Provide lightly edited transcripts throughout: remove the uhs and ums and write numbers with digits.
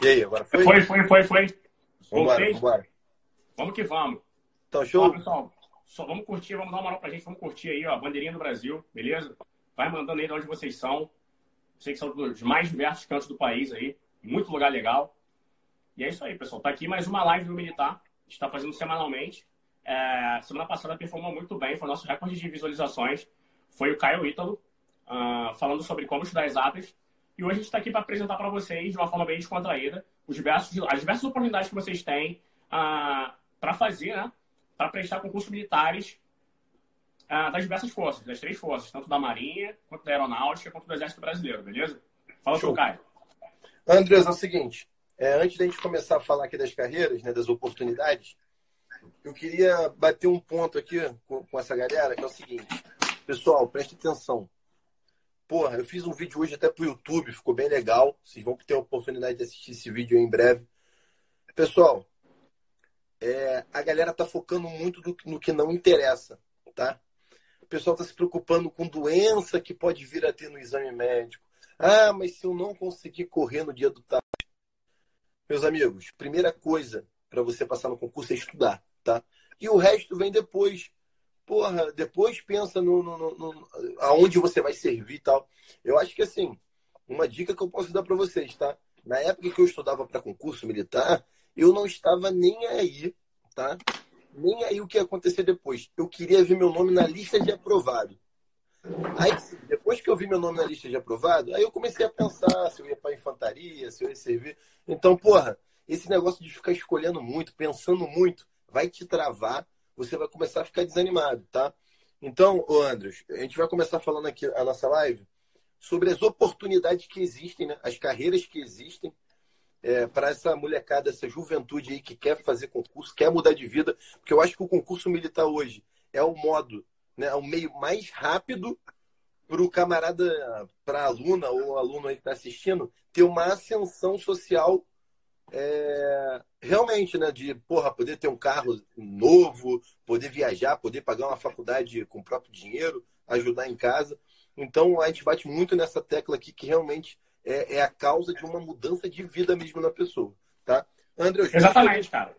E aí, agora foi? Foi. Vambora, Voltei? vambora. Vamos que vamos. Então, Ó, show? pessoal, só vamos curtir, vamos dar uma moral pra gente, vamos curtir aí, ó, bandeirinha do Brasil, beleza? Vai mandando aí de onde vocês são. Sei que são dos mais diversos cantos do país aí, muito lugar legal. E é isso aí, pessoal. Tá aqui mais uma live do Militar. A gente tá fazendo semanalmente. Semana passada performou muito bem, foi o nosso recorde de visualizações. Foi o Caio Ítalo, falando sobre como estudar exatas. E hoje a gente está aqui para apresentar para vocês, de uma forma bem descontraída, as diversas oportunidades que vocês têm para fazer, né? Para prestar concursos militares das diversas forças, das 3 forças, tanto da Marinha, quanto da Aeronáutica, quanto do Exército Brasileiro, beleza? Fala, Show. Caio. Andres, é o seguinte, antes da gente começar a falar aqui das carreiras, né, das oportunidades, eu queria bater um ponto aqui com essa galera, que é o seguinte. Pessoal, preste atenção. Porra, eu fiz um vídeo hoje até pro YouTube, ficou bem legal. Vocês vão ter a oportunidade de assistir esse vídeo em breve. Pessoal, a galera tá focando muito no que não interessa, tá? O pessoal tá se preocupando com doença que pode vir a ter no exame médico. Ah, mas se eu não conseguir correr no dia do TAP. Meus amigos, primeira coisa para você passar no concurso é estudar, tá? E o resto vem depois. Porra, depois pensa aonde você vai servir e tal. Eu acho que, assim, uma dica que eu posso dar para vocês, tá? Na época que eu estudava para concurso militar, eu não estava nem aí, tá? Nem aí o que ia acontecer depois. Eu queria ver meu nome na lista de aprovado. Aí, depois que eu vi meu nome na lista de aprovado, aí eu comecei a pensar se eu ia para infantaria, se eu ia servir. Então, porra, esse negócio de ficar escolhendo muito, pensando muito, vai te travar. Você vai começar a ficar desanimado, tá? Então, Andros, a gente vai começar falando aqui a nossa live sobre as oportunidades que existem, né? As carreiras que existem para essa molecada, essa juventude aí que quer fazer concurso, quer mudar de vida, porque eu acho que o concurso militar hoje é o modo, né? É o meio mais rápido para o camarada, para a aluna ou aluno aí que está assistindo, ter uma ascensão social realmente, né? De, porra, poder ter um carro novo, poder viajar, poder pagar uma faculdade com o próprio dinheiro, ajudar em casa. Então, a gente bate muito nessa tecla aqui, que realmente é a causa de uma mudança de vida mesmo na pessoa, tá? André, Exatamente, cara.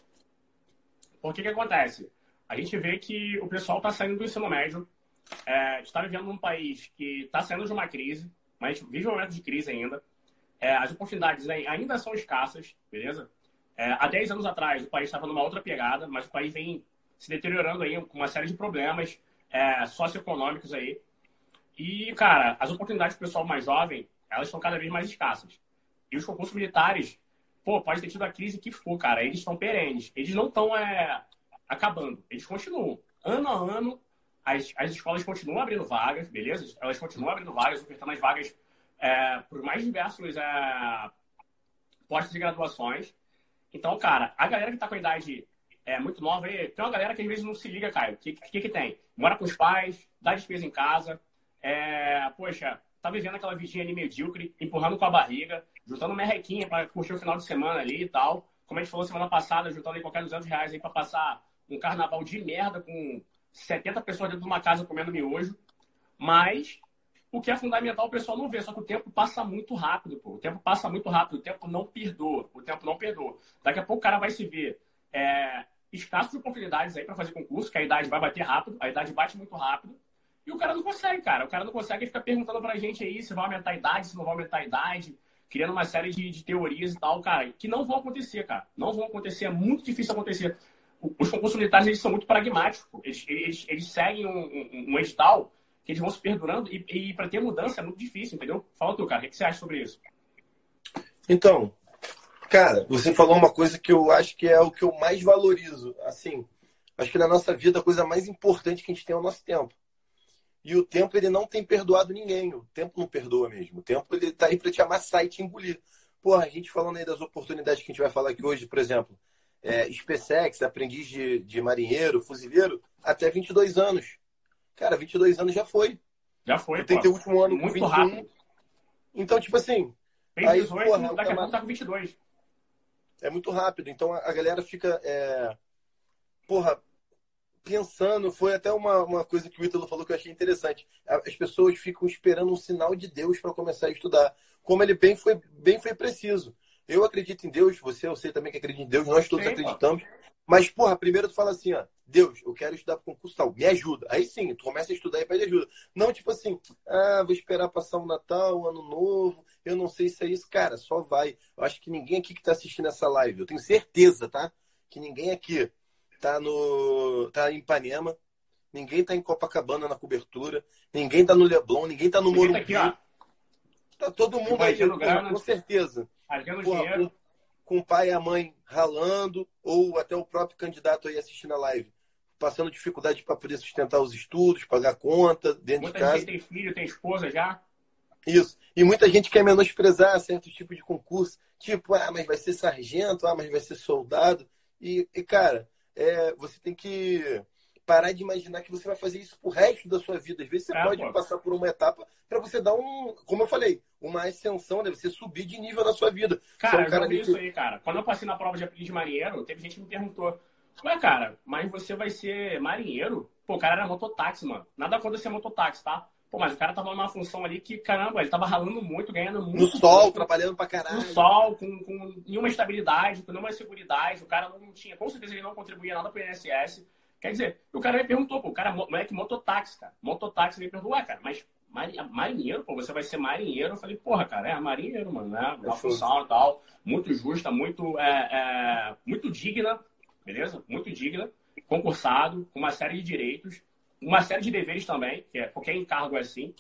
Por que acontece? A gente vê que o pessoal está saindo do ensino médio, está vivendo num país que está saindo de uma crise, mas vive um momento de crise ainda. As oportunidades ainda são escassas, beleza? Há 10 anos atrás, o país estava numa outra pegada, mas o país vem se deteriorando aí com uma série de problemas socioeconômicos aí. E, cara, as oportunidades do pessoal mais jovem, elas estão cada vez mais escassas. E os concursos militares, pô, pode ter tido a crise que for, cara, eles estão perenes. Eles não estão acabando, eles continuam. Ano a ano, as escolas continuam abrindo vagas, beleza? Elas continuam abrindo vagas, ofertando as vagas por mais diversos postos de graduações. Então, cara, a galera que tá com a idade muito nova aí, tem uma galera que às vezes não se liga, Caio. O que tem? Mora com os pais, dá despesa em casa, poxa, tá vivendo aquela vidinha ali medíocre, empurrando com a barriga, juntando merrequinha pra curtir o final de semana ali e tal. Como a gente falou semana passada, juntando aí qualquer R$200 aí pra passar um carnaval de merda com 70 pessoas dentro de uma casa comendo miojo. Mas o que é fundamental o pessoal não vê, só que o tempo passa muito rápido, pô. O tempo passa muito rápido, o tempo não perdoa. O tempo não perdoa. Daqui a pouco o cara vai se ver escasso de oportunidades aí para fazer concurso, que a idade vai bater rápido, a idade bate muito rápido, e o cara não consegue, cara. O cara não consegue ficar perguntando pra gente aí se vai aumentar a idade, se não vai aumentar a idade, criando uma série de teorias e tal, cara, que não vão acontecer, cara. Não vão acontecer, é muito difícil acontecer. Os concursos militares, eles são muito pragmáticos, pô. Eles seguem um edital que eles vão se perdurando e para ter mudança é muito difícil, entendeu? Fala tu, cara, o que você acha sobre isso? Então, cara, você falou uma coisa que eu acho que é o que eu mais valorizo. Assim, acho que na nossa vida a coisa mais importante que a gente tem é o nosso tempo. E o tempo, ele não tem perdoado ninguém. O tempo não perdoa mesmo. O tempo, ele tá aí para te amassar e te engolir. Porra, a gente falando aí das oportunidades que a gente vai falar aqui hoje, por exemplo, SpaceX, aprendiz de marinheiro, fuzileiro, até 22 anos. Cara, 22 anos já foi. Já foi, tem pô. teu último ano muito com 21. Rápido. Então, tipo assim... Fez 18, porra, daqui a pouco tá com 22. É muito rápido. Então, a galera fica... porra, pensando... Foi até uma coisa que o Ítalo falou que eu achei interessante. As pessoas ficam esperando um sinal de Deus para começar a estudar. Como ele bem foi preciso. eu acredito em Deus, eu sei também que acredita em Deus, nós todos Sim, acreditamos. Mas, porra, primeiro tu fala assim, ó, Deus, eu quero estudar para concurso tal, me ajuda. Aí sim, tu começa a estudar e pede ajuda. Não tipo assim, vou esperar passar o Natal, o Ano Novo, eu não sei se é isso. Cara, só vai. Eu acho que ninguém aqui que tá assistindo essa live, eu tenho certeza, tá? Que ninguém aqui tá em Ipanema, ninguém tá em Copacabana na cobertura, ninguém tá no Leblon, ninguém tá no ninguém tá aqui, Morumbi. ó, Tá todo mundo aí, fazendo porra, grana, com certeza. fazendo Porra, dinheiro. com o pai e a mãe ralando, ou até o próprio candidato aí assistindo a live, passando dificuldade para poder sustentar os estudos, pagar conta dentro de Muita gente casa. tem filho, tem esposa já. Isso. E muita gente quer menosprezar certo tipo de concurso. Tipo, mas vai ser sargento, mas vai ser soldado. Cara, você tem que parar de imaginar que você vai fazer isso pro resto da sua vida. Às vezes você pode passar por uma etapa para você dar como eu falei, uma ascensão, né? Você subir de nível na sua vida. Cara, eu já ouvi isso aí, cara. Quando eu passei na prova de aprendiz de marinheiro, teve gente que me perguntou, ué, cara, mas você vai ser marinheiro? Pô, o cara era mototáxi, mano. Nada contra ser mototáxi, tá? Pô, mas o cara tava numa função ali que, caramba, ele tava ralando muito, ganhando muito. No sol, trabalhando pra caralho. No sol, com nenhuma estabilidade, com nenhuma seguridade. O cara não tinha, com certeza ele não contribuía nada pro INSS. Quer dizer, o cara me perguntou, pô, o cara é moleque mototáxi, cara. Mototáxi, ele me perguntou, ué, cara, mas marinheiro, pô, você vai ser marinheiro? Eu falei, porra, cara, marinheiro, mano, né? Uma função e tal, muito justa, muito digna, beleza? Muito digna, concursado, com uma série de direitos, uma série de deveres também, que qualquer encargo é assim.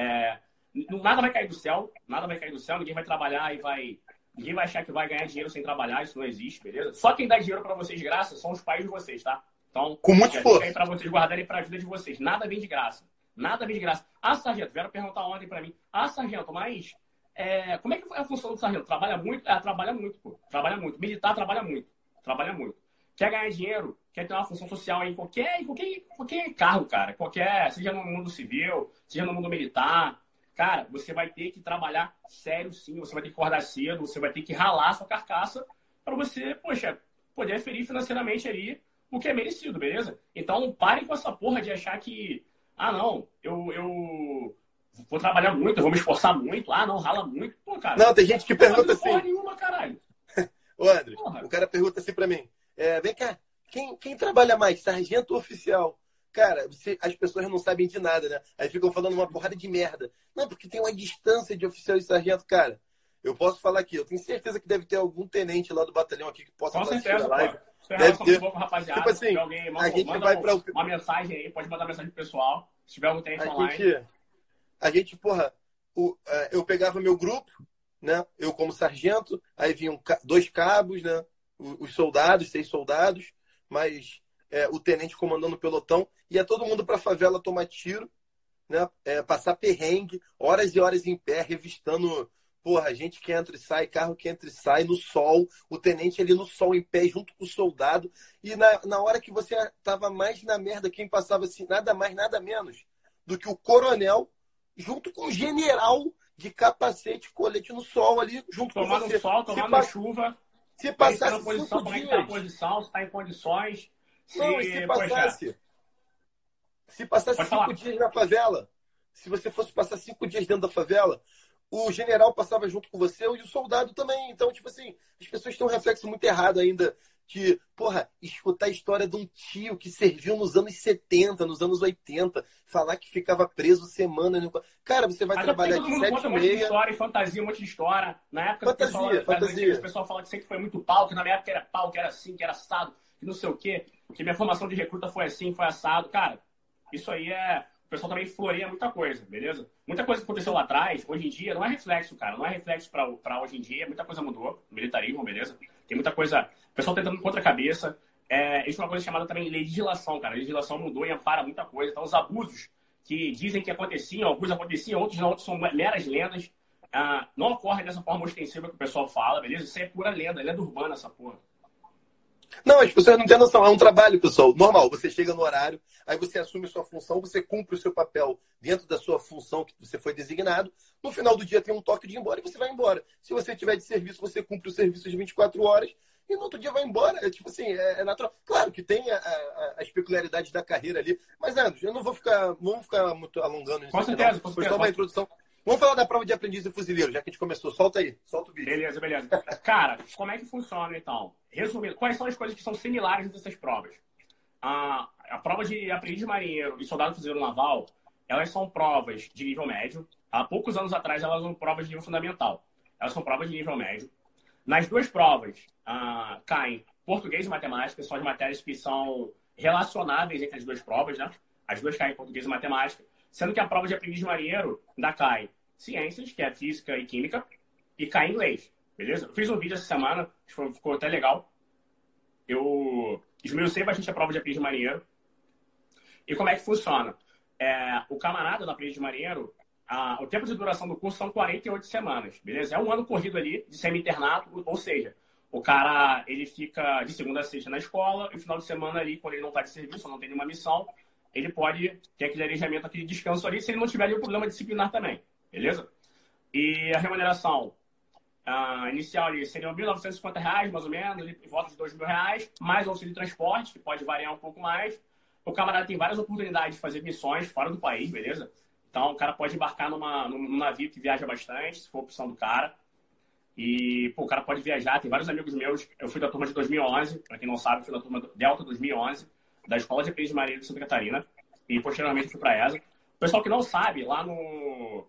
Nada vai cair do céu, ninguém vai trabalhar ninguém vai achar que vai ganhar dinheiro sem trabalhar, isso não existe, beleza? Só quem dá dinheiro pra vocês de graça são os pais de vocês, tá? Então, com muito esforço. Aí pra vocês guardarem pra ajuda de vocês. Nada vem de graça. Nada vem de graça. Sargento, vieram perguntar ontem pra mim. Sargento, mas como é que foi a função do sargento? Trabalha muito? Trabalha muito, pô. Trabalha muito. Militar trabalha muito. Trabalha muito. Quer ganhar dinheiro? Quer ter uma função social em qualquer cargo, cara. Seja no mundo civil, seja no mundo militar. Cara, você vai ter que trabalhar sério, sim. Você vai ter que acordar cedo. Você vai ter que ralar a sua carcaça pra você, poxa, poder ferir financeiramente ali o que é merecido, beleza? Então, parem com essa porra de achar que não, eu vou trabalhar muito, eu vou me esforçar muito. Não, rala muito. Pô, cara. Não, tem gente que pergunta assim. Porra nenhuma, caralho. Ô, André, o cara pergunta assim pra mim. Vem cá, quem trabalha mais, sargento ou oficial? Cara, as pessoas não sabem de nada, né? Aí ficam falando uma porrada de merda. Não, porque tem uma distância de oficial e sargento, cara. Eu posso falar aqui, eu tenho certeza que deve ter algum tenente lá do batalhão aqui que possa assistir a live. Deve ter. Com rapaziada, tipo assim, se alguém a gente vai para uma mensagem aí, pode mandar mensagem pro pessoal. Se tiver algum tenente online. A gente, porra, eu pegava meu grupo, né? Eu como sargento, aí vinham 2 cabos, né? Os soldados, 6 soldados, mas o tenente comandando o pelotão. Ia todo mundo pra favela tomar tiro, né? Passar perrengue, horas e horas em pé, revistando. Porra, gente que entra e sai, carro que entra e sai, no sol, o tenente ali no sol, em pé, junto com o soldado. E na hora que você tava mais na merda, quem passava assim, nada mais, nada menos do que o coronel, junto com o general de capacete, colete no sol ali, junto com você. Tomando sol, tomando chuva. Se passasse 5 posição, dias... Como é que tá a posição, se tá em condições. Se passasse 5 dias na favela, se você fosse passar 5 dias dentro da favela, o general passava junto com você e o soldado também. Então, tipo assim, as pessoas têm um reflexo muito errado ainda de, porra, escutar a história de um tio que serviu nos anos 70, nos anos 80, falar que ficava preso semana. Cara, você vai trabalhar de 7 e meia... Um monte de história e fantasia, um monte de história. Na época fantasia. O pessoal fala que sempre foi muito pau, que na minha época era pau, que era assim, que era assado, que não sei o quê, que minha formação de recruta foi assim, foi assado. Cara, isso aí o pessoal também floreia muita coisa, beleza? Muita coisa que aconteceu lá atrás, hoje em dia, não é reflexo, cara. Não é reflexo pra hoje em dia. Muita coisa mudou no militarismo, beleza? Tem muita coisa... O pessoal tentando contra a cabeça. Existe uma coisa chamada também legislação, cara. A legislação mudou e ampara muita coisa. Então, os abusos que dizem que aconteciam, alguns aconteciam, outros não, outros são meras lendas. Não ocorre dessa forma ostensiva que o pessoal fala, beleza? Isso é pura lenda urbana, essa porra. Não, as pessoas não têm noção. É um trabalho, pessoal. Normal. Você chega no horário, aí você assume sua função, você cumpre o seu papel dentro da sua função que você foi designado. No final do dia tem um toque de ir embora e você vai embora. Se você tiver de serviço, você cumpre o serviço de 24 horas e no outro dia vai embora. Tipo assim, é natural. Claro que tem as peculiaridades da carreira ali. Mas, Andros, eu não vou ficar muito alongando nisso. Com certeza. Foi só uma introdução. Vamos falar da prova de aprendiz de fuzileiro, já que a gente começou. Solta aí, solta o vídeo. Beleza, beleza. Cara, como é que funciona, então? Resumindo, quais são as coisas que são similares entre essas provas? A prova de aprendiz de marinheiro e soldado fuzileiro naval, elas são provas de nível médio. Há poucos anos atrás, elas eram provas de nível fundamental. Elas são provas de nível médio. Nas duas provas, caem português e matemática, são as matérias que são relacionáveis entre as duas provas, né? As duas caem português e matemática, sendo que a prova de aprendiz de marinheiro ainda cai ciências, que é física e química, e cai inglês, beleza? Eu fiz um vídeo essa semana, ficou até legal. Eu esmiucei bastante a prova de aprendiz de marinheiro. E como é que funciona? O camarada da aprendiz de marinheiro, o tempo de duração do curso são 48 semanas, beleza? É um ano corrido ali de semi-internato, ou seja, o cara, ele fica de segunda a sexta na escola, e no final de semana ali, quando ele não está de serviço, não tem nenhuma missão, ele pode ter aquele arejamento, aquele descanso ali, se ele não tiver nenhum problema disciplinar também, beleza? E a remuneração inicial ali seria R$ 1.950, mais ou menos, ali, em volta de R$ 2.000, mais auxílio de transporte, que pode variar um pouco mais. O camarada tem várias oportunidades de fazer missões fora do país, beleza? Então, o cara pode embarcar num navio que viaja bastante, se for opção do cara. E, o cara pode viajar. Tem vários amigos meus. Eu fui da turma de 2011. Para quem não sabe, eu fui da turma Delta 2011, da Escola de Aprendiz de Marinha de Santa Catarina. E, posteriormente, fui para a ESA. O pessoal que não sabe, lá no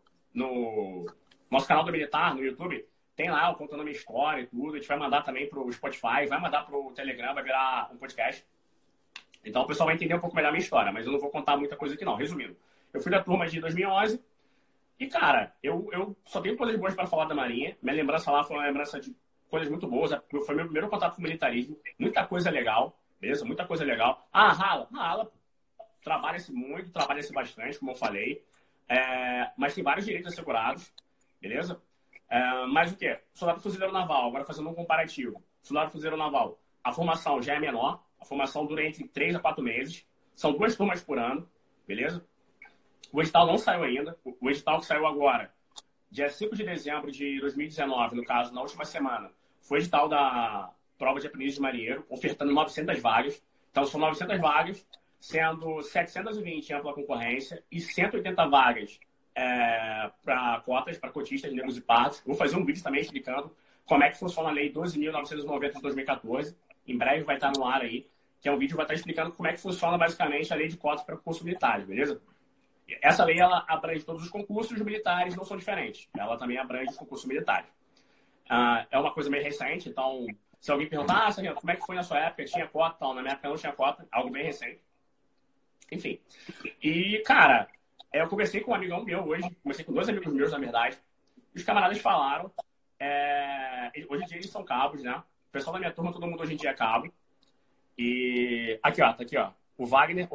nosso canal do Militar, no YouTube, tem lá eu contando a minha história e tudo. A gente vai mandar também pro Spotify, vai mandar pro Telegram, vai virar um podcast. Então, o pessoal vai entender um pouco melhor a minha história. Mas eu não vou contar muita coisa aqui, não. Resumindo, eu fui da turma de 2011. E, cara, eu só tenho coisas boas para falar da Marinha. Minha lembrança lá foi uma lembrança de coisas muito boas. Foi meu primeiro contato com o militarismo. Muita coisa legal, beleza? Muita coisa legal. Rala. Trabalha-se muito, trabalha-se bastante, como eu falei. Mas tem vários direitos assegurados, beleza? Mas o quê? Soldado fuzileiro naval, agora fazendo um comparativo. Soldado fuzileiro naval, a formação já é menor. A formação dura entre 3 a 4 meses. São 2 turmas por ano, beleza? O edital não saiu ainda. O edital que saiu agora, dia 5 de dezembro de 2019, no caso, na última semana, foi o edital da prova de aprendiz de marinheiro, ofertando 900 vagas. Então, são 900 vagas, sendo 720 em ampla concorrência e 180 vagas para cotas, para cotistas, negros e pardos. Vou fazer um vídeo também explicando como é que funciona a Lei 12.990 de 2014. Em breve vai estar no ar aí, que é um vídeo que vai estar explicando como é que funciona basicamente a lei de cotas para concursos militares, beleza? Essa lei, ela abrange todos os concursos, os militares não são diferentes. Ela também abrange os concursos militares. É uma coisa meio recente, então, se alguém perguntar, Sargento, como é que foi na sua época? Tinha cota? Tal. Na minha época não tinha cota, algo bem recente. Enfim. E, cara, eu conversei com um amigão meu hoje, conversei com 2 amigos meus, na verdade. Os camaradas falaram, hoje em dia eles são cabos, né? O pessoal da minha turma, todo mundo hoje em dia é cabo. E aqui, ó, tá aqui, ó. O Wagner,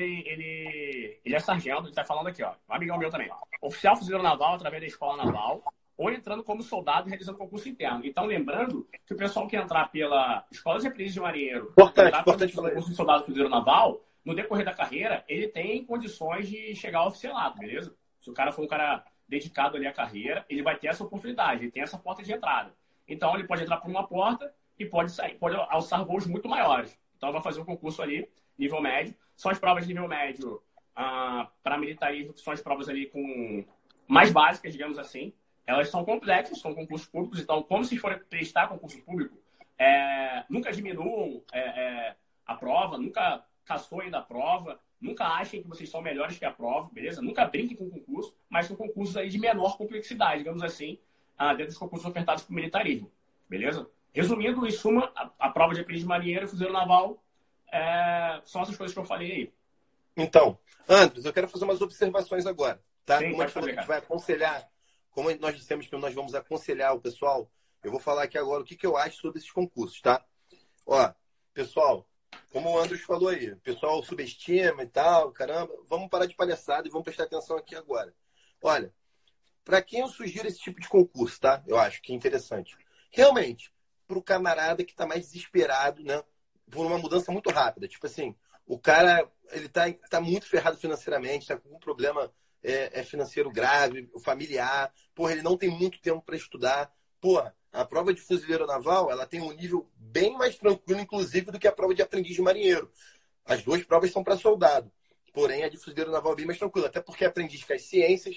ele é sargento, ele tá falando aqui, ó. Um amigão meu também, ó. Oficial fuzileiro naval através da escola naval, ou entrando como soldado e realizando concurso interno. Então, lembrando que o pessoal que entrar pela escola de aprendiz de marinheiro, importante pelo concurso de soldado fuzileiro naval, no decorrer da carreira, ele tem condições de chegar ao oficialato, beleza? Se o cara for um cara dedicado ali à carreira, ele vai ter essa oportunidade, ele tem essa porta de entrada. Então, ele pode entrar por uma porta e pode sair, pode alçar voos muito maiores. Então, vai fazer um concurso ali, nível médio. São as provas de nível médio para militarismo, que são as provas ali com mais básicas, digamos assim. Elas são complexas, são concursos públicos. Então, como se for prestar concurso público, nunca diminuam a prova, nunca caçoem da prova, nunca achem que vocês são melhores que a prova, beleza? Nunca brinquem com o concurso, mas são concursos aí de menor complexidade, digamos assim, dentro dos concursos ofertados por militarismo, beleza? Resumindo, em suma, a prova de aprendiz de marinheiro e fuzileiro naval são essas coisas que eu falei aí. Então, Andros, eu quero fazer umas observações agora, tá? Sim, como a gente vai aconselhar, como nós dissemos que nós vamos aconselhar o pessoal, eu vou falar aqui agora o que eu acho sobre esses concursos, tá? Ó, pessoal, como o Andros falou aí, o pessoal subestima e tal, caramba, vamos parar de palhaçada e vamos prestar atenção aqui agora. Olha, para quem eu sugiro esse tipo de concurso, tá? Eu acho que é interessante. Realmente, para o camarada que está mais desesperado, né? Por uma mudança muito rápida. Tipo assim, o cara, ele tá muito ferrado financeiramente, tá com um problema financeiro grave, familiar. Porra, ele não tem muito tempo para estudar. Porra, a prova de fuzileiro naval, ela tem um nível bem mais tranquilo, inclusive, do que a prova de aprendiz de marinheiro. As 2 provas são para soldado. Porém, a de fuzileiro naval é bem mais tranquila. Até porque aprendiz com as ciências,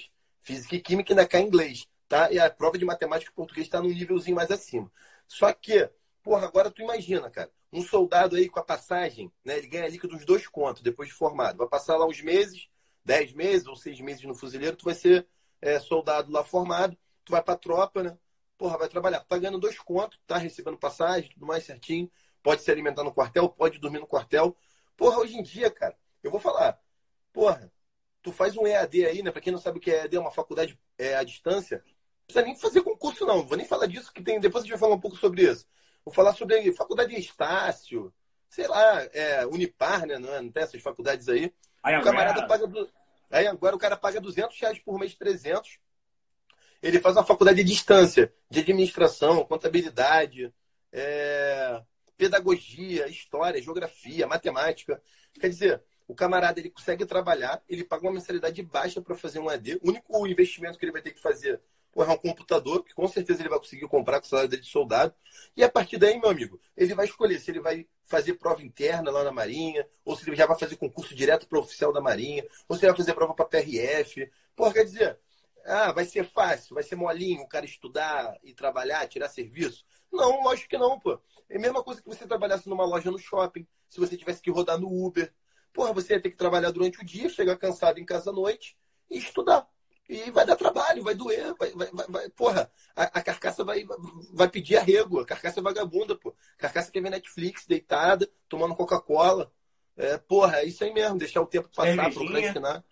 Física e química ainda cai em inglês, tá? E a prova de matemática e português está num nívelzinho mais acima. Só que, porra, agora tu imagina, cara, um soldado aí com a passagem, né? Ele ganha líquido uns 2 contos depois de formado. Vai passar lá uns meses, 10 meses ou 6 meses no fuzileiro, tu vai ser soldado lá formado, tu vai pra tropa, né? Porra, vai trabalhar. Tá ganhando 2 contos, tá recebendo passagem, tudo mais certinho. Pode se alimentar no quartel, pode dormir no quartel. Porra, hoje em dia, cara, eu vou falar, porra, tu faz um EAD aí, né? Pra quem não sabe o que é EAD, é uma faculdade à distância. Não precisa nem fazer concurso, não. Não vou nem falar disso, que tem. Depois a gente vai falar um pouco sobre isso. Vou falar sobre faculdade de Estácio, sei lá, Unipar, né? Não tem essas faculdades aí. Aí, O camarada paga. Aí agora o cara paga R$ 200 por mês, 300. Ele faz uma faculdade de distância, de administração, contabilidade, pedagogia, história, geografia, matemática. Quer dizer, o camarada ele consegue trabalhar, ele paga uma mensalidade baixa para fazer um AD. O único investimento que ele vai ter que fazer é um computador, que com certeza ele vai conseguir comprar com o salário dele de soldado. E a partir daí, meu amigo, ele vai escolher se ele vai fazer prova interna lá na Marinha, ou se ele já vai fazer concurso direto para oficial da Marinha, ou se ele vai fazer prova para PRF. Porra, quer dizer, vai ser fácil, vai ser molinho o cara estudar e trabalhar, tirar serviço? Não, lógico que não, pô. É a mesma coisa que você trabalhasse numa loja no shopping, se você tivesse que rodar no Uber. Porra, você ia ter que trabalhar durante o dia, chegar cansado em casa à noite e estudar. E vai dar trabalho, vai doer, vai. Porra, a carcaça vai pedir arrego, a carcaça é vagabunda, pô. A carcaça quer ver Netflix, deitada, tomando Coca-Cola. Porra, é isso aí mesmo, deixar o tempo passar, procrastinar.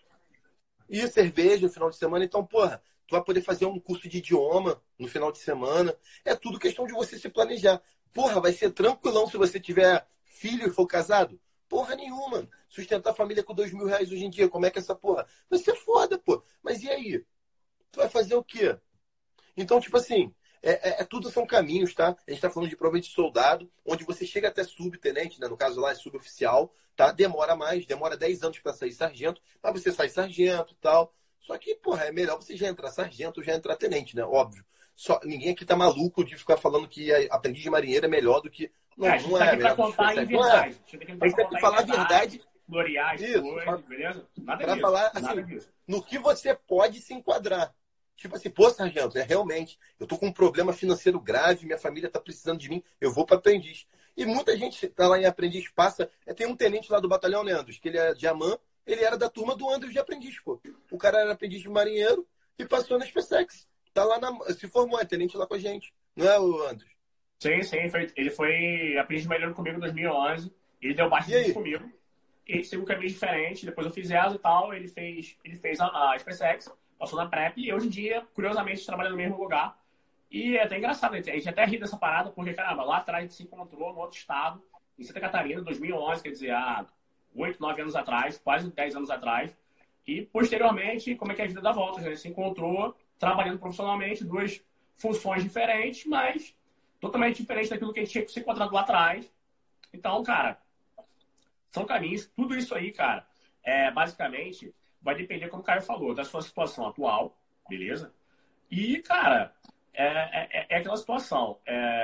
E cerveja no final de semana, então, porra, tu vai poder fazer um curso de idioma no final de semana. É tudo questão de você se planejar. Porra, vai ser tranquilão se você tiver filho e for casado? Porra nenhuma. Sustentar a família com R$ 2.000 hoje em dia, como é que é essa porra? Vai ser foda, pô. Mas e aí? Tu vai fazer o quê? Então, tipo assim, tudo são caminhos, tá? A gente tá falando de prova de soldado, onde você chega até subtenente, né? No caso lá é suboficial, tá? Demora mais, demora 10 anos para sair sargento, mas você sai sargento e tal. Só que, porra, é melhor você já entrar sargento ou já entrar tenente, né? Óbvio. Ninguém aqui tá maluco de ficar falando que aprendiz de marinheiro é melhor do que. Não, não tá é aqui pra melhor do que contar em não é. verdade. A gente tem que falar a verdade. Gloriar as Isso, coisas, beleza? Nada pra disso. falar, Nada assim, disso. no que você pode se enquadrar. Tipo assim, pô, sargento, realmente, eu tô com um problema financeiro grave, minha família tá precisando de mim, eu vou para aprendiz. E muita gente tá lá em aprendiz, passa. Tem um tenente lá do batalhão, né, Andros, que ele é diamant, ele era da turma do Andros de aprendiz, pô. O cara era aprendiz de marinheiro e passou na SpaceX. Tá lá se formou, é tenente lá com a gente. Não é o Andros? Sim. Ele foi aprendiz de marinheiro comigo em 2011. Ele deu bastante comigo. Ele seguiu um caminho diferente. Depois eu fiz ESA e tal. Ele fez a SpaceX, passou na PrEP. E hoje em dia, curiosamente, trabalha no mesmo lugar. E é até engraçado. A gente até ri dessa parada, porque, caramba, lá atrás a gente se encontrou no outro estado, em Santa Catarina, em 2011, quer dizer, há 8, 9 anos atrás, quase 10 anos atrás. E, posteriormente, como é que é a vida dá volta? A gente se encontrou trabalhando profissionalmente, 2 funções diferentes, mas totalmente diferentes daquilo que a gente tinha se encontrado lá atrás. Então, cara, são caminhos. Tudo isso aí, cara, basicamente vai depender, como o Caio falou, da sua situação atual, beleza? E, cara, é aquela situação.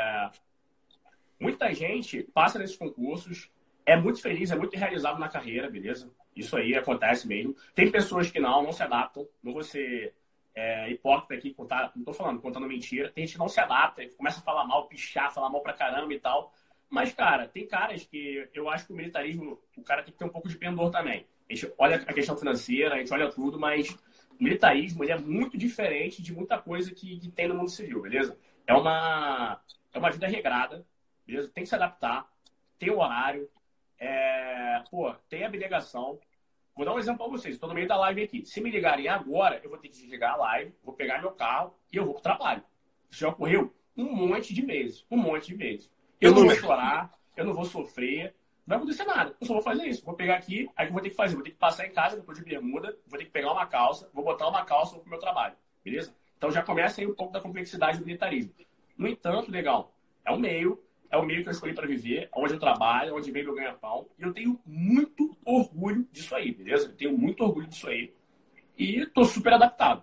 Muita gente passa nesses concursos, é muito feliz, é muito realizado na carreira, beleza? Isso aí acontece mesmo. Tem pessoas que não se adaptam. Não vou ser hipócrita aqui, não tô falando, contando mentira. Tem gente que não se adapta, começa a falar mal, pichar, falar mal pra caramba e tal. Mas, cara, tem caras que eu acho que o militarismo, o cara tem que ter um pouco de pendor também. A gente olha a questão financeira, a gente olha tudo, mas o militarismo ele é muito diferente de muita coisa que tem no mundo civil, beleza? É uma vida regrada, beleza? Tem que se adaptar, tem o horário, tem a abnegação. Vou dar um exemplo para vocês. Estou no meio da live aqui. Se me ligarem agora, eu vou ter que desligar a live, vou pegar meu carro e eu vou para o trabalho. Isso já ocorreu um monte de vezes. Eu não vou chorar, eu não vou sofrer, não vai acontecer nada. Eu só vou fazer isso. Vou pegar aqui, aí o que eu vou ter que fazer? Vou ter que passar em casa depois de bermuda, vou ter que pegar uma calça, vou botar uma calça pro meu trabalho. Beleza? Então já começa aí um pouco da complexidade do militarismo. No entanto, legal, é o meio que eu escolhi para viver, onde eu trabalho, onde vem meu ganha-pão. E eu tenho muito orgulho disso aí, beleza? Eu tenho muito orgulho disso aí. E tô super adaptado.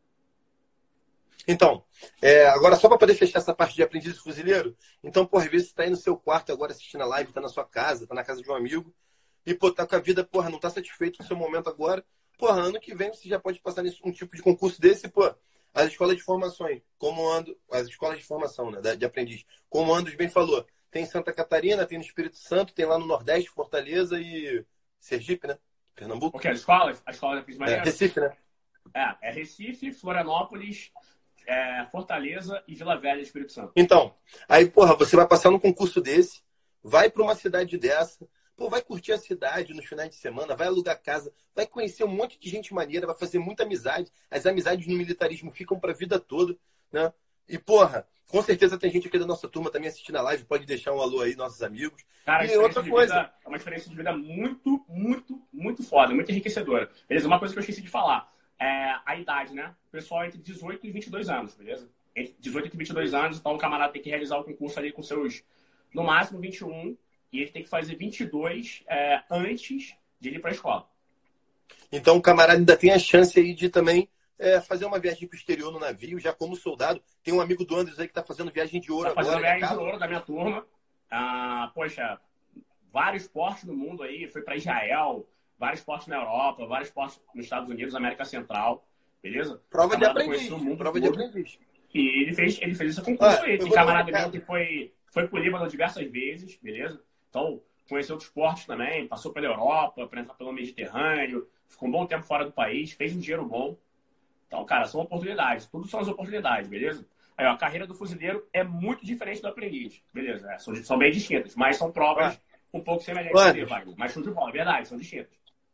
Então, agora só para poder fechar essa parte de aprendiz de fuzileiro, então, às vezes você tá aí no seu quarto agora assistindo a live, tá na sua casa, tá na casa de um amigo, e, tá com a vida, não tá satisfeito com o seu momento agora, porra, ano que vem você já pode passar nisso, um tipo de concurso desse, pô. As escolas de formações, as escolas de formação, né, de aprendiz, como o Andros bem falou, tem em Santa Catarina, tem no Espírito Santo, tem lá no Nordeste, Fortaleza e Sergipe, né? Pernambuco. Porque as escolas da Cris Maneiro? Recife, né? É Recife, Florianópolis, Fortaleza e Vila Velha, Espírito Santo. Então, aí, porra, você vai passar num concurso desse, vai para uma cidade dessa, pô, vai curtir a cidade nos finais de semana, vai alugar casa, vai conhecer um monte de gente maneira, vai fazer muita amizade. As amizades no militarismo ficam para a vida toda, né? E, porra, com certeza tem gente aqui da nossa turma também assistindo a live, pode deixar um alô aí, nossos amigos. Cara, e outra coisa. É uma experiência de vida muito, muito, muito foda, muito enriquecedora. Beleza? Uma coisa que eu esqueci de falar. A idade, né? O pessoal entre 18 e 22 anos, beleza? Entre 18 e 22 anos, então o camarada tem que realizar o concurso ali com seus, no máximo, 21, e ele tem que fazer 22 antes de ir para a escola. Então o camarada ainda tem a chance aí de também fazer uma viagem para o exterior no navio, já como soldado. Tem um amigo do Andres aí que está fazendo viagem de ouro agora. Está fazendo viagem de ouro da minha turma. Poxa, vários portos no mundo aí, foi para Israel, vários portos na Europa, vários portos nos Estados Unidos, América Central, beleza? Prova de aprendiz. Prova de aprendiz. E ele fez esse concurso aí. Tem camarada meu que foi pro Líbano diversas vezes, beleza? Então, conheceu outros portos também, passou pela Europa, para entrar pelo Mediterrâneo, ficou um bom tempo fora do país, fez um dinheiro bom. Então, cara, são oportunidades. Tudo são as oportunidades, beleza? Aí, ó, a carreira do fuzileiro é muito diferente do aprendiz, beleza? São bem distintas, mas são provas um pouco semelhantes, mas show de bola, é verdade, são distintas.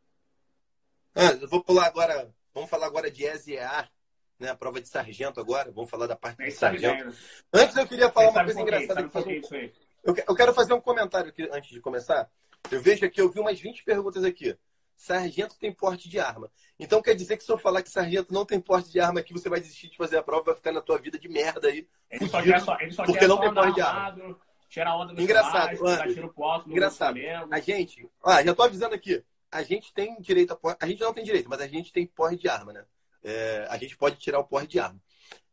Eu vou pular agora, vamos falar agora de ESEA, né? A prova de sargento agora, vamos falar da parte de sargento. Antes eu queria falar uma coisa engraçada. Eu quero fazer um comentário aqui antes de começar. Eu vejo aqui, eu vi umas 20 perguntas aqui. Sargento tem porte de arma. Então quer dizer que se eu falar que sargento não tem porte de arma aqui, você vai desistir de fazer a prova, vai ficar na tua vida de merda aí. Ele só quer porque não tem porte de arma. Tirar onda do engraçado, trabalho, tiro pro alto, engraçado. A gente, já tô avisando aqui, a gente tem direito a porte, a gente não tem direito, mas a gente tem porte de arma, né? A gente pode tirar o porte de arma.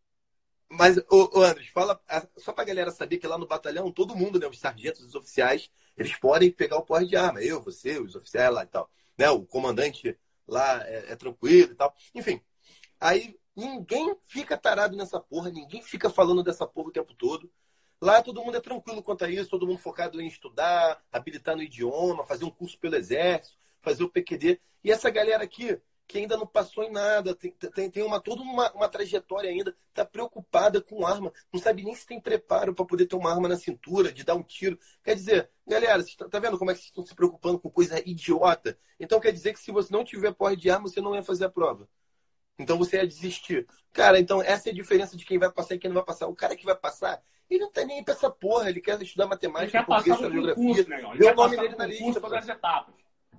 Mas, Andres, fala, só pra galera saber que lá no batalhão, todo mundo, né, os sargentos, os oficiais, eles podem pegar o porte de arma. Eu, você, os oficiais lá e tal. Né? O comandante lá é tranquilo e tal. Enfim, aí ninguém fica tarado nessa porra, ninguém fica falando dessa porra o tempo todo. Lá todo mundo é tranquilo quanto a isso, todo mundo focado em estudar, habilitar no idioma, fazer um curso pelo exército, fazer o PQD. E essa galera aqui, que ainda não passou em nada, tem toda uma trajetória ainda, está preocupada com arma, não sabe nem se tem preparo para poder ter uma arma na cintura, de dar um tiro. Quer dizer, galera, você tá vendo como é que vocês estão se preocupando com coisa idiota? Então quer dizer que se você não tiver porte de arma, você não ia fazer a prova. Então você ia desistir. Cara, então essa é a diferença de quem vai passar e quem não vai passar. O cara que vai passar, ele não tá nem aí pra essa porra, ele quer estudar matemática, português, geografia, ver o nome dele na lista. Todas as etapas.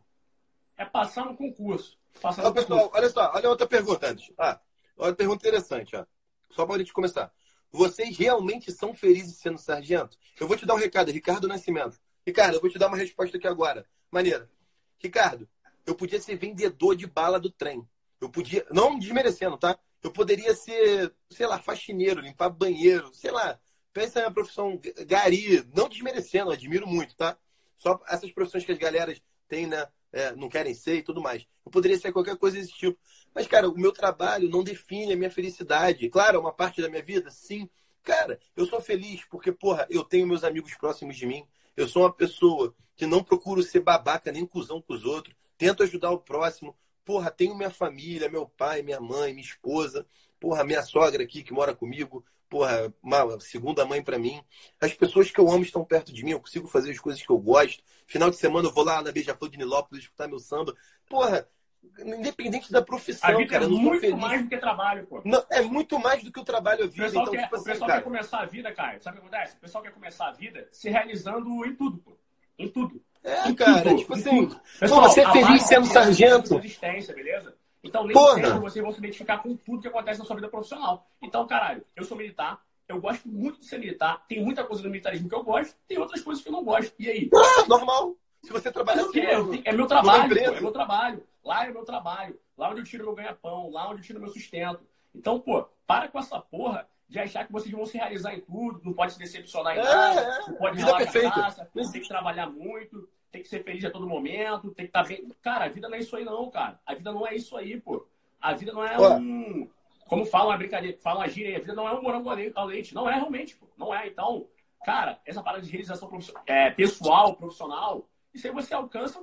É passar no concurso. Pessoal, olha só, olha outra pergunta antes. Olha uma pergunta interessante, ó. Só para a gente começar. Vocês realmente são felizes sendo sargento? Eu vou te dar um recado, Ricardo Nascimento. Ricardo, eu vou te dar uma resposta aqui agora. Maneira. Ricardo, eu podia ser vendedor de bala do trem. Eu podia, não desmerecendo, tá? Eu poderia ser, sei lá, faxineiro, limpar banheiro, sei lá. Pensa na profissão gari, não desmerecendo, admiro muito, tá? Só essas profissões que as galeras têm, né? Não querem ser e tudo mais. Eu poderia ser qualquer coisa desse tipo. Mas, cara, o meu trabalho não define a minha felicidade. Claro, é uma parte da minha vida, sim. Cara, eu sou feliz porque, porra, eu tenho meus amigos próximos de mim. Eu sou uma pessoa que não procuro ser babaca nem cuzão com os outros. Tento ajudar o próximo. Porra, tenho minha família, meu pai, minha mãe, minha esposa. Porra, minha sogra aqui que mora comigo. Porra, uma segunda mãe pra mim. As pessoas que eu amo estão perto de mim. Eu consigo fazer as coisas que eu gosto. Final de semana eu vou lá na Beija-Flor de Nilópolis escutar meu samba. Porra, independente da profissão, a vida cara, é eu não sou muito feliz. Mais do que trabalho, pô. Não, é muito mais do que o trabalho, a vida. O pessoal quer começar a vida, cara. Sabe o que acontece? O pessoal quer começar a vida se realizando em tudo, pô. Em tudo. Em cara, tudo, tipo assim, pessoal, você é feliz sendo sargento. Existência, beleza? Então, nem sempre vocês vão se identificar com tudo que acontece na sua vida profissional. Então, caralho, eu sou militar, eu gosto muito de ser militar, tem muita coisa do militarismo que eu gosto, tem outras coisas que eu não gosto. E aí? Normal. Se você trabalha assim, é meu trabalho, pô, é meu trabalho. Lá é meu trabalho. Lá onde eu tiro meu ganha-pão, lá onde eu tiro meu sustento. Então, pô, para com essa porra de achar que vocês vão se realizar em tudo, não pode se decepcionar em nada, não pode vida perfeita. Tem que trabalhar muito, tem que ser feliz a todo momento, tem que estar bem. Cara, a vida não é isso aí, não, cara. A vida não é isso aí, pô. A vida não é um. Como falam a brincadeira, falam a gíria, a vida não é um morango ao leite. Não é realmente, pô. Não é. Então, cara, essa parada de realização pessoal, profissional, isso aí você alcança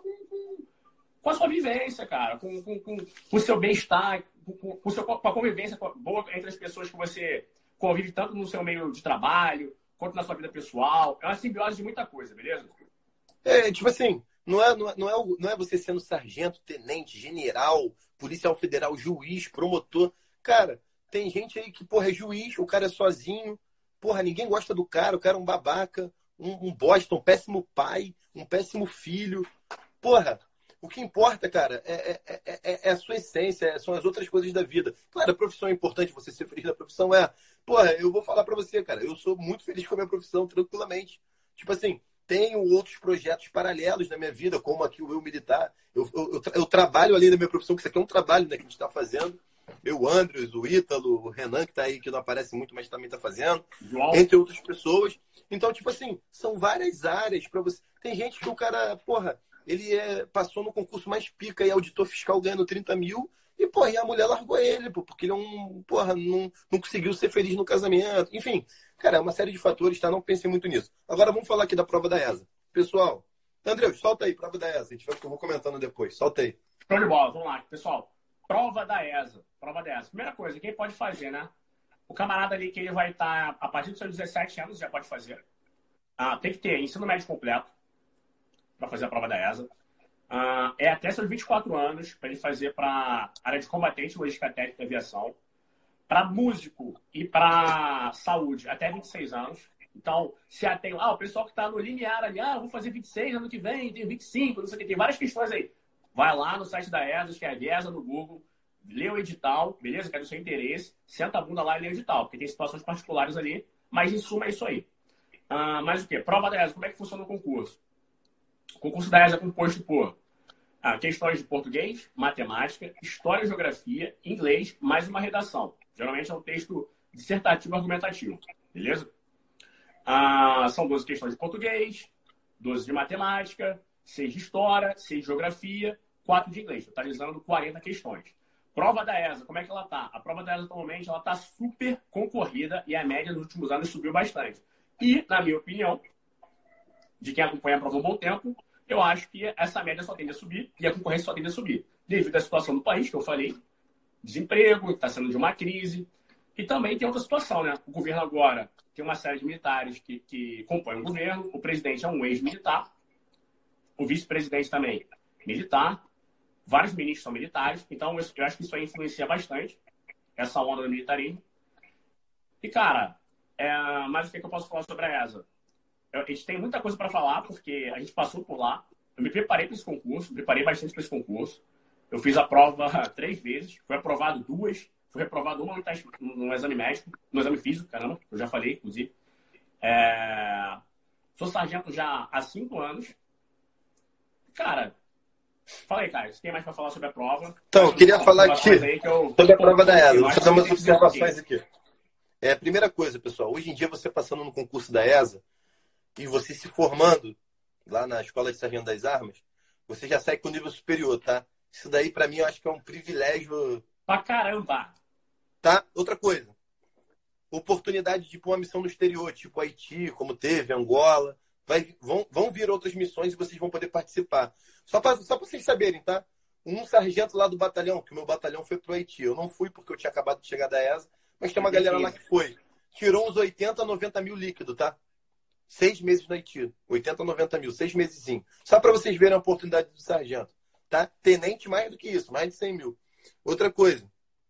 com a sua vivência, cara, com o seu bem-estar, com a convivência boa entre as pessoas que você convive tanto no seu meio de trabalho, quanto na sua vida pessoal. É uma simbiose de muita coisa, beleza? Tipo assim, não é você sendo sargento, tenente, general, policial federal, juiz, promotor. Cara, tem gente aí que, porra, é juiz, o cara é sozinho, porra, ninguém gosta do cara, o cara é um babaca, um bosta, um péssimo pai, um péssimo filho. Porra, o que importa, cara, é a sua essência, são as outras coisas da vida. Claro, a profissão é importante, você ser feliz na profissão é. Porra, eu vou falar pra você, cara, eu sou muito feliz com a minha profissão, tranquilamente. Tipo assim, tenho outros projetos paralelos na minha vida, como aqui o Eu Militar. Eu trabalho além da minha profissão, que isso aqui é um trabalho, né, que a gente está fazendo. Eu, o Andrews, o Ítalo, o Renan, que está aí, que não aparece muito, mas também está fazendo. João. Entre outras pessoas. Então, tipo assim, são várias áreas para você. Tem gente que o cara, porra, ele passou no concurso mais pica e auditor fiscal ganhando 30 mil. E, porra, e a mulher largou ele, porque ele não conseguiu ser feliz no casamento. Enfim, cara, é uma série de fatores, tá? Não pensem muito nisso. Agora vamos falar aqui da prova da ESA. Pessoal, André, solta aí, prova da ESA. Eu vou comentando depois. Solta aí. Show de bola, vamos lá. Pessoal, prova da ESA. Prova da ESA. Primeira coisa, quem pode fazer, né? O camarada ali que ele vai estar, a partir dos seus 17 anos, já pode fazer. Tem que ter ensino médio completo para fazer a prova da ESA. É até seus 24 anos para ele fazer para área de combatente, logística técnica e aviação. Para músico e para saúde, até 26 anos. Então, se tem o pessoal que está no limiar ali, eu vou fazer 26 ano que vem, tenho 25, não sei o que, tem várias questões aí. Vai lá no site da ESA, escreve ESA no Google, lê o edital, beleza? Que é do seu interesse, senta a bunda lá e lê o edital, porque tem situações particulares ali, mas em suma é isso aí. Mas o quê? Prova da ESA, como é que funciona o concurso? O concurso da ESA é composto por questões de português, matemática, história e geografia, inglês, mais uma redação. Geralmente é um texto dissertativo argumentativo, beleza? São 12 questões de português, 12 de matemática, 6 de história, 6 de geografia, 4 de inglês, totalizando 40 questões. Prova da ESA, como é que ela tá? A prova da ESA, atualmente, ela tá super concorrida e a média nos últimos anos subiu bastante. E, na minha opinião, de quem acompanha a prova há um bom tempo, eu acho que essa média só tende a subir e a concorrência só tende a subir. Devido à situação do país, que eu falei, desemprego, que está sendo de uma crise. E também tem outra situação, né? O governo agora tem uma série de militares que compõem o governo. O presidente é um ex-militar. O vice-presidente também militar. Vários ministros são militares. Então, eu acho que isso aí influencia bastante essa onda do militarismo. E, cara, mas o que eu posso falar sobre a ESA? A gente tem muita coisa para falar, porque a gente passou por lá. Eu me preparei para esse concurso, me preparei bastante para esse concurso. Eu fiz a prova 3 vezes, fui aprovado 2, fui reprovado uma no exame médico, no exame físico, caramba, eu já falei, inclusive. Sou sargento já há 5 anos. Cara, fala aí, cara, você tem mais para falar sobre a prova? Então, eu queria falar aqui sobre a prova da ESA. Vou fazer umas observações aqui. Primeira coisa, pessoal, hoje em dia você passando no concurso da ESA e você se formando lá na Escola de Sargento das Armas, você já sai com nível superior, tá? Isso daí, pra mim, eu acho que é um privilégio. Pra caramba! Tá? Outra coisa. Oportunidade de ir pra uma missão no exterior, tipo Haiti, como teve, Angola. Vão vir outras missões e vocês vão poder participar. Só pra vocês saberem, tá? Um sargento lá do batalhão, que o meu batalhão foi pro Haiti. Eu não fui porque eu tinha acabado de chegar da ESA, mas tem uma galera lá que foi. Tirou uns 80, 90 mil líquido, tá? 6 meses no Haiti. 80, 90 mil. 6 mesezinhos. Só pra vocês verem a oportunidade do sargento. Tá? Tenente mais do que isso, mais de 100 mil. Outra coisa.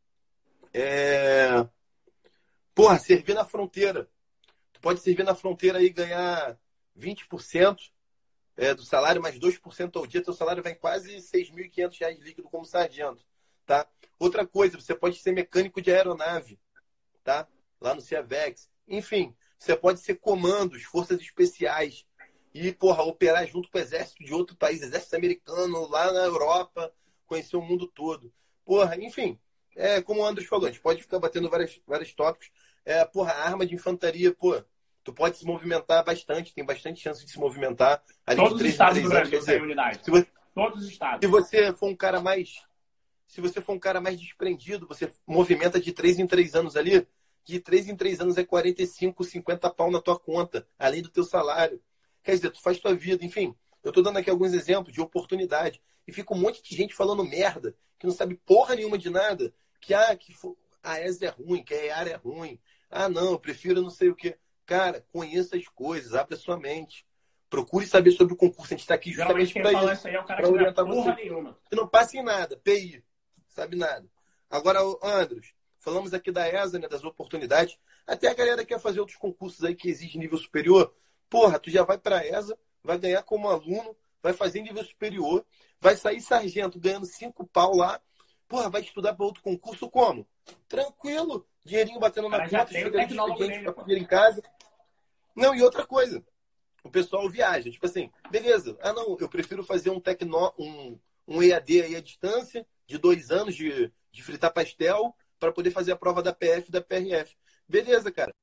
Servir na fronteira. Tu pode servir na fronteira e ganhar 20% do salário, mais 2% ao dia. Teu salário vai em quase R$6.500 líquido como sargento. Tá? Outra coisa, você pode ser mecânico de aeronave. Tá? Lá no CIAVEX. Enfim, você pode ser comandos, forças especiais. E, operar junto com o exército de outro país, exército americano, lá na Europa, conhecer o mundo todo. Enfim, como o Andros falou, a gente pode ficar batendo vários tópicos. A arma de infantaria, tu pode se movimentar bastante, tem bastante chance de se movimentar. Ali Todos de os 3 em estados 3 do anos, Brasil quer dizer, têm unidade. Todos os estados. se você for um cara mais, se você for um cara mais desprendido, você movimenta de 3 em 3 anos ali, de 3 em 3 anos é 45, 50 pau na tua conta, além do teu salário. Quer dizer, tu faz tua vida, enfim. Eu tô dando aqui alguns exemplos de oportunidade. E fica um monte de gente falando merda, que não sabe porra nenhuma de nada, que a ESA é ruim, que a EAR é ruim. Ah, não, eu prefiro não sei o quê. Cara, conheça as coisas, abra sua mente. Procure saber sobre o concurso. A gente está aqui Geralmente justamente quem para fala isso. isso aí é o cara Para que não é orientar porra você. nenhuma. Que não passe em nada. PI. Sabe nada. Agora, Andros, falamos aqui da ESA, né, das oportunidades. Até a galera que quer fazer outros concursos aí que exigem nível superior. Porra, tu já vai para a ESA, vai ganhar como aluno, vai fazer nível superior, vai sair sargento ganhando 5 pau lá. Porra, vai estudar para outro concurso como? Tranquilo. Dinheirinho batendo O na cara já conta, tem o chega ali de tecnólogo expediente dele, para pô. pedir em casa. Não, e outra coisa. O pessoal viaja. Tipo assim, beleza. Ah, não, eu prefiro fazer um EAD aí à distância, de 2 anos de fritar pastel, para poder fazer a prova da PF e da PRF. Beleza, cara.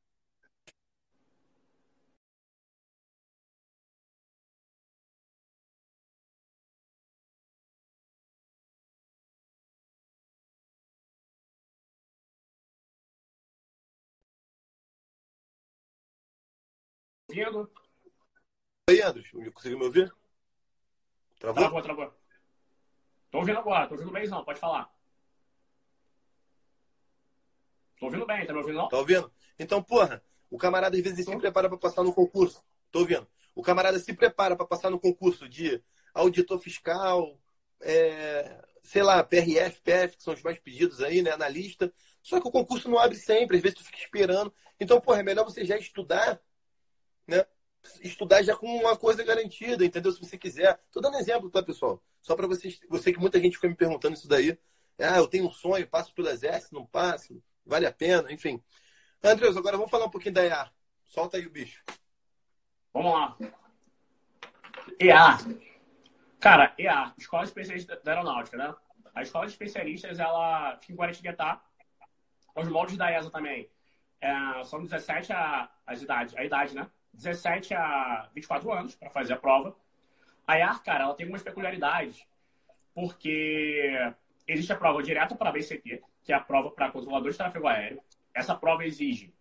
Vindo. Oi, Andros, conseguiu me ouvir? Travou? Travou, travou. Tô ouvindo agora, tô ouvindo bem não, pode falar. Tô ouvindo bem, tá me ouvindo não? Tá ouvindo? Então, porra, o camarada às vezes se Tô. prepara para passar no concurso. Tô ouvindo. O camarada se prepara para passar no concurso de auditor fiscal, sei lá, PRF, PF, que são os mais pedidos aí, né, analista. Só que o concurso não abre sempre, às vezes tu fica esperando. Então, porra, é melhor você já estudar, né? Estudar já com uma coisa garantida, entendeu? Se você quiser. Tô dando exemplo, tá, pessoal? Só para vocês, você que muita gente fica me perguntando isso daí. Ah, eu tenho um sonho, passo pelo exército, não passo, vale a pena, enfim. Andreus, agora vamos falar um pouquinho da EAR. Solta aí o bicho. Vamos lá. EA. Cara, EA, Escola Especialista da Aeronáutica, né? A Escola de Especialistas, ela fica em Guaratinguetá. Os moldes da ESA também. São 17 a idade, né? 17 a 24 anos para fazer a prova. A EAR, cara, ela tem algumas peculiaridades, porque existe a prova direta para a BCT, que é a prova para controlador de tráfego aéreo. Essa prova exige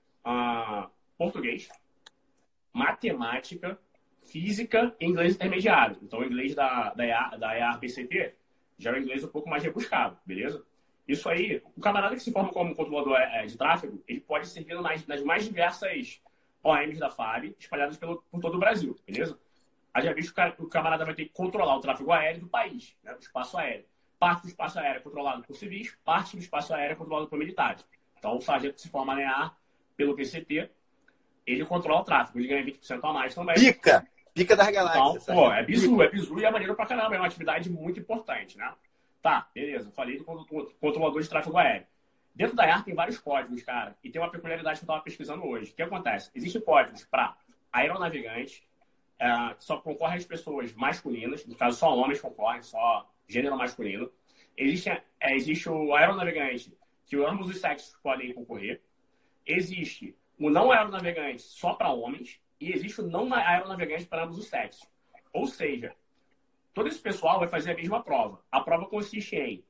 português, matemática, física e inglês intermediário. Então, o inglês da EAR BCT já é um inglês um pouco mais rebuscado, beleza? Isso aí, o camarada que se forma como controlador de tráfego, ele pode servir nas mais diversas OMs da FAB, espalhadas por todo o Brasil, beleza? Aí já visto que o camarada vai ter que controlar o tráfego aéreo do país, né, do espaço aéreo. Parte do espaço aéreo é controlado por civis, parte do espaço aéreo é controlado por militares. Então, o sargento que se forma na EAR pelo PCT, ele controla o tráfego, ele ganha 20% a mais também. Pica! Pica das Então, galáxias. pô, é bizu e é maneiro pra caramba, é uma atividade muito importante, né? Tá, beleza, falei do controlador de tráfego aéreo. Dentro da EAR tem vários códigos, cara, e tem uma peculiaridade que eu estava pesquisando hoje. O que acontece? Existem códigos para aeronavegantes, que só concorrem as pessoas masculinas, no caso só homens concorrem, só gênero masculino. Existe o aeronavegante, que ambos os sexos podem concorrer. Existe o não aeronavegante só para homens, e existe o não aeronavegante para ambos os sexos. Ou seja, todo esse pessoal vai fazer a mesma prova. A prova consiste em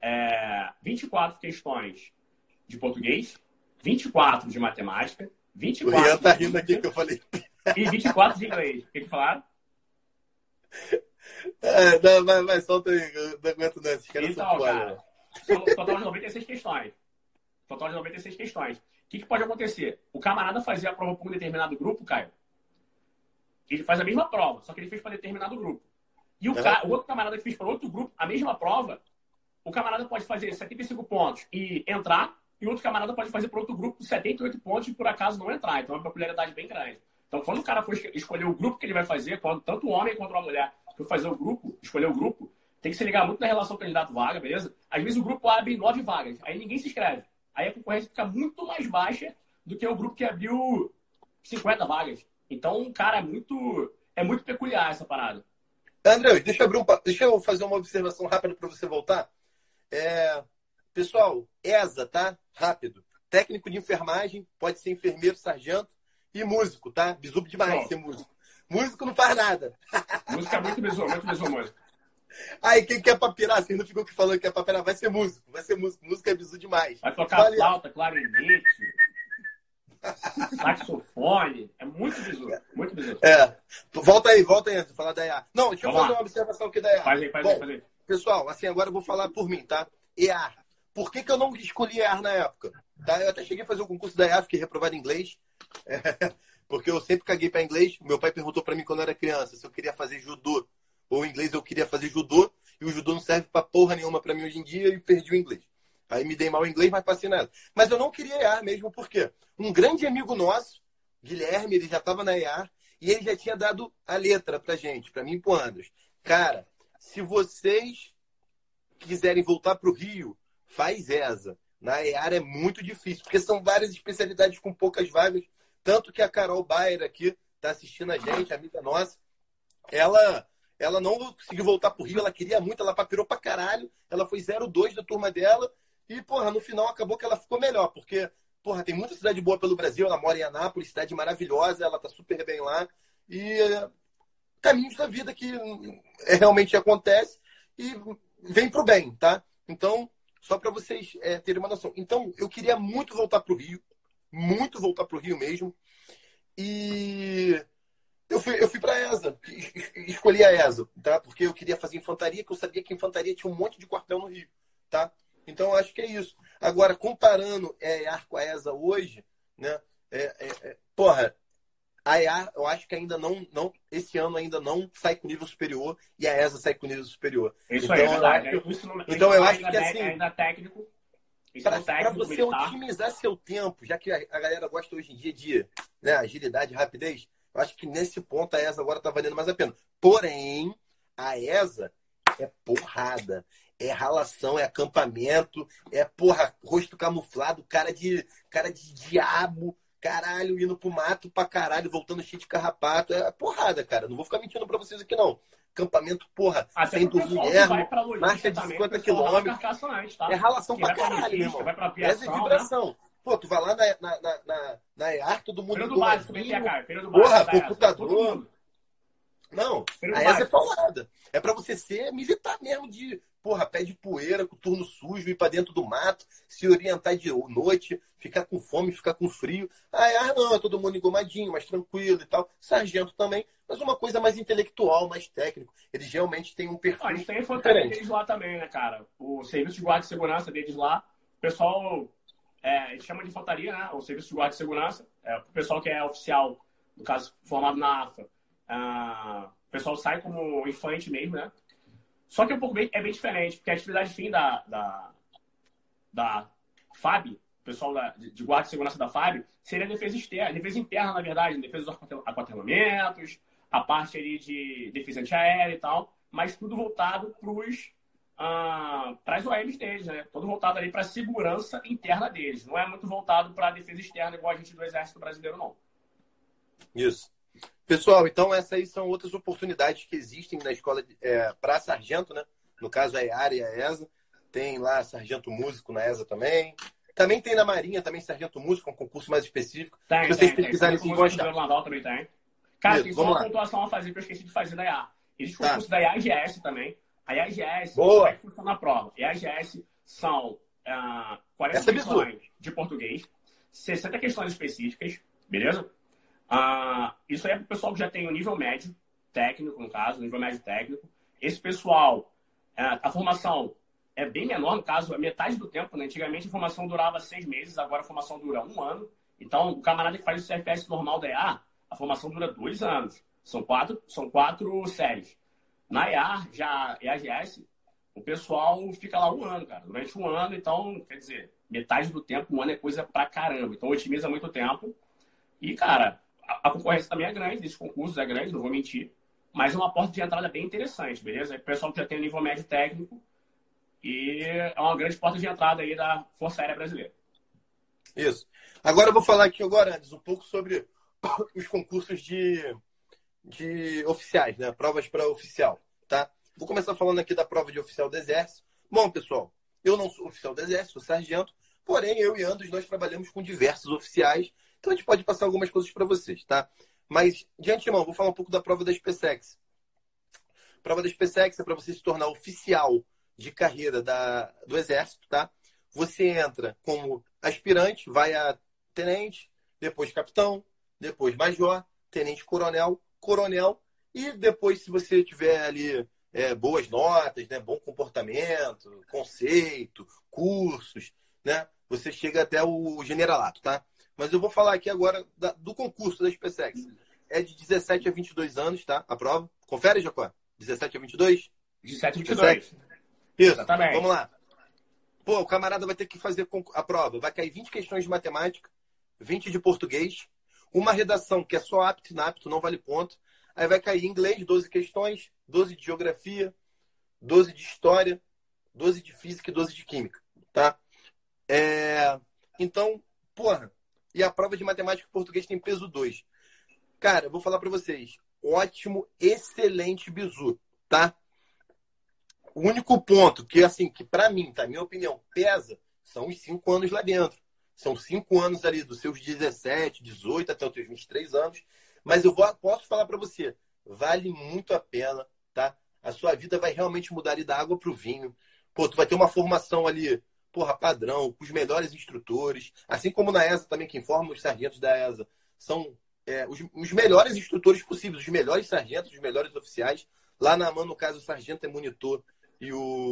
24 questões de português, 24 de matemática, 24 O Rian tá de rindo aqui que eu falei. e 24 de inglês. O que falaram? Não, vai, solta aí. Eu não aguento não. Esses caras Então, são foda, cara, né? são total de 96 questões. Total de 96 questões. O que pode acontecer? O camarada fazia a prova para um determinado grupo, Caio. Ele faz a mesma prova, só que ele fez para determinado grupo. E o outro camarada que fez para outro grupo a mesma prova, o camarada pode fazer 75 pontos e entrar, e outro camarada pode fazer para outro grupo 78 pontos e por acaso não entrar. Então é uma peculiaridade bem grande. Então, quando o cara for escolher o grupo que ele vai fazer, quando tanto o homem quanto a mulher for fazer o grupo, escolher o grupo, tem que se ligar muito na relação candidato-vaga, beleza? Às vezes o grupo abre 9 vagas, aí ninguém se inscreve. Aí a concorrência fica muito mais baixa do que o grupo que abriu 50 vagas. Então, cara, é muito peculiar essa parada. André, deixa eu fazer uma observação rápida para você voltar. Pessoal, ESA, tá? Rápido. Técnico de enfermagem, pode ser enfermeiro, sargento, e músico, tá? Bizu demais ser músico. Músico não faz nada. Música é muito bizu música. Aí quem quer papirar, assim, não ficou que falando que é papirar, vai ser músico. Vai ser músico. Música é bizu demais. Vai tocar flauta, clarinete, saxofone. É muito bizu. Muito bizu. Volta aí, antes de falar da EA. Não, deixa eu fazer uma observação aqui da EA. Faz aí. Pessoal, assim, agora eu vou falar por mim, tá? EA. Por que eu não escolhi EA na época? Tá? Eu até cheguei a fazer o concurso da EA, fiquei reprovado em inglês. Porque eu sempre caguei para inglês. Meu pai perguntou para mim quando eu era criança se eu queria fazer judô ou inglês. Eu queria fazer judô e o judô não serve para porra nenhuma para mim hoje em dia e perdi o inglês. Aí me dei mal em inglês, mas passei nada. Mas eu não queria EA mesmo, porque um grande amigo nosso, Guilherme, ele já estava na EA e ele já tinha dado a letra pra gente, para mim e pro Anderson. Cara, se vocês quiserem voltar pro Rio, faz ESA. Na EAR é muito difícil, porque são várias especialidades com poucas vagas. Tanto que a Carol Bayer aqui está assistindo a gente, amiga nossa, ela não conseguiu voltar pro Rio, ela queria muito, ela papirou pra caralho, ela foi 0,2 da turma dela, e, porra, no final acabou que ela ficou melhor, porque, porra, tem muita cidade boa pelo Brasil, ela mora em Anápolis, cidade maravilhosa, ela tá super bem lá, e caminhos da vida que realmente acontece e vem pro bem, tá? Então, só para vocês terem uma noção. Então, eu queria muito voltar pro Rio mesmo, e eu fui para a ESA, escolhi a ESA, tá? Porque eu queria fazer infantaria, que eu sabia que infantaria tinha um monte de quartel no Rio, tá? Então, eu acho que é isso. Agora, comparando a EAR com a ESA hoje, né? Porra, a EAR, eu acho que ainda não, esse ano ainda não sai com nível superior e a ESA sai com nível superior. Isso então, aí, é verdade. Então, eu acho que assim... Ainda técnico. Para você otimizar seu tempo, já que a galera gosta hoje em dia de agilidade, rapidez, eu acho que nesse ponto a ESA agora está valendo mais a pena. Porém, a ESA é porrada, é ralação, é acampamento, é porra, rosto camuflado, cara de diabo, caralho, indo pro mato pra caralho, voltando cheio de carrapato. É porrada, cara. Não vou ficar mentindo pra vocês aqui, não. Acampamento, porra, até sem dormir, marcha de 50 quilômetros. Tá? É ralação pra caralho, meu irmão. Essa é vibração. Né? Pô, tu vai lá na EAR, todo mundo... Período básico, porra, computador... Não, a ESA é paulada. É pra você ser militar mesmo de, porra, pé de poeira, com turno sujo, ir pra dentro do mato, se orientar de noite, ficar com fome, ficar com frio. A EAR não, é todo mundo engomadinho, mais tranquilo e tal. Sargento também, mas uma coisa mais intelectual, mais técnico. Eles realmente têm um perfil eles têm a infantaria deles lá também, né, cara? O serviço de guarda de segurança deles lá, o pessoal, eles chamam de infantaria, né? O serviço de guarda de segurança. O pessoal que é oficial, no caso, formado na AFA, o pessoal sai como infante mesmo, né? Só que é bem diferente, porque a atividade fim da FAB, o pessoal de guarda de segurança da FAB, seria a defesa interna, na verdade, defesa dos aquartelamentos, a parte ali de defesa antiaérea e tal, mas tudo voltado para as OLs deles, né? Todo voltado ali para a segurança interna deles. Não é muito voltado para a defesa externa igual a gente do Exército Brasileiro, não. Isso. Pessoal, então essas aí são outras oportunidades que existem na escola para sargento, né? No caso, a EAR e a ESA. Tem lá sargento músico na ESA também. Também tem na Marinha, também sargento músico, um concurso mais específico. Se vocês pesquisarem, vocês vão achar. Também tem. Cara, tem só uma pontuação a fazer que eu esqueci de fazer da EAR. Existe o concurso da IAGS também. A IAGS, como é que funciona a prova? A IAGS são 40 questões de português, 60 questões específicas, beleza? Isso aí é para o pessoal que já tem o nível médio técnico, no caso, nível médio técnico. Esse pessoal, a formação é bem menor, no caso, é metade do tempo. Né? Antigamente a formação durava 6 meses, agora a formação dura 1 ano. Então, o camarada que faz o CFS normal da EAR, a formação dura 2 anos. São quatro séries. Na EAR, já EAGS, o pessoal fica lá 1 ano, cara. Durante 1 ano, então, quer dizer, metade do tempo, 1 ano é coisa pra caramba. Então, otimiza muito tempo. E, cara, a concorrência também é grande, desses concursos é grande, não vou mentir. Mas é uma porta de entrada bem interessante, beleza? O pessoal que já tem nível médio técnico e é uma grande porta de entrada aí da Força Aérea Brasileira. Isso. Agora eu vou falar aqui agora, Andes, um pouco sobre os concursos de oficiais, né? Provas para oficial, tá? Vou começar falando aqui da prova de oficial do Exército. Bom, pessoal, eu não sou oficial do Exército, sou sargento, porém eu e Andros, nós trabalhamos com diversos oficiais Então a gente pode passar algumas coisas para vocês, tá? Mas, de antemão, vou falar um pouco da prova da SpaceX. A prova da SpaceX é para você se tornar oficial de carreira do Exército, tá? Você entra como aspirante, vai a tenente, depois capitão, depois major, tenente-coronel, coronel, e depois, se você tiver ali boas notas, né, bom comportamento, conceito, cursos, né, você chega até o generalato, tá? Mas eu vou falar aqui agora do concurso da SpaceX. É de 17 a 22 anos, tá? A prova. Confere, Jacó? 17 a 22? 17 e 22. Isso. Exatamente. Vamos lá. Pô, o camarada vai ter que fazer a prova. Vai cair 20 questões de matemática, 20 de português, uma redação que é só apto e inapto, não vale ponto. Aí vai cair inglês, 12 questões, 12 de geografia, 12 de história, 12 de física e 12 de química, tá? Então, porra, e a prova de matemática e português tem peso 2. Cara, eu vou falar para vocês. Ótimo, excelente bizu, tá? O único ponto que, assim, que para mim, tá, minha opinião, pesa, são os 5 anos lá dentro. São 5 anos ali dos seus 17, 18 até os seus 23 anos. Mas posso falar para você, vale muito a pena, tá? A sua vida vai realmente mudar ali da água pro vinho. Pô, tu vai ter uma formação ali, porra, padrão, com os melhores instrutores. Assim como na ESA também, quem forma os sargentos da ESA são os melhores instrutores possíveis, os melhores sargentos, os melhores oficiais. Lá na AMAN, no caso, o sargento é monitor e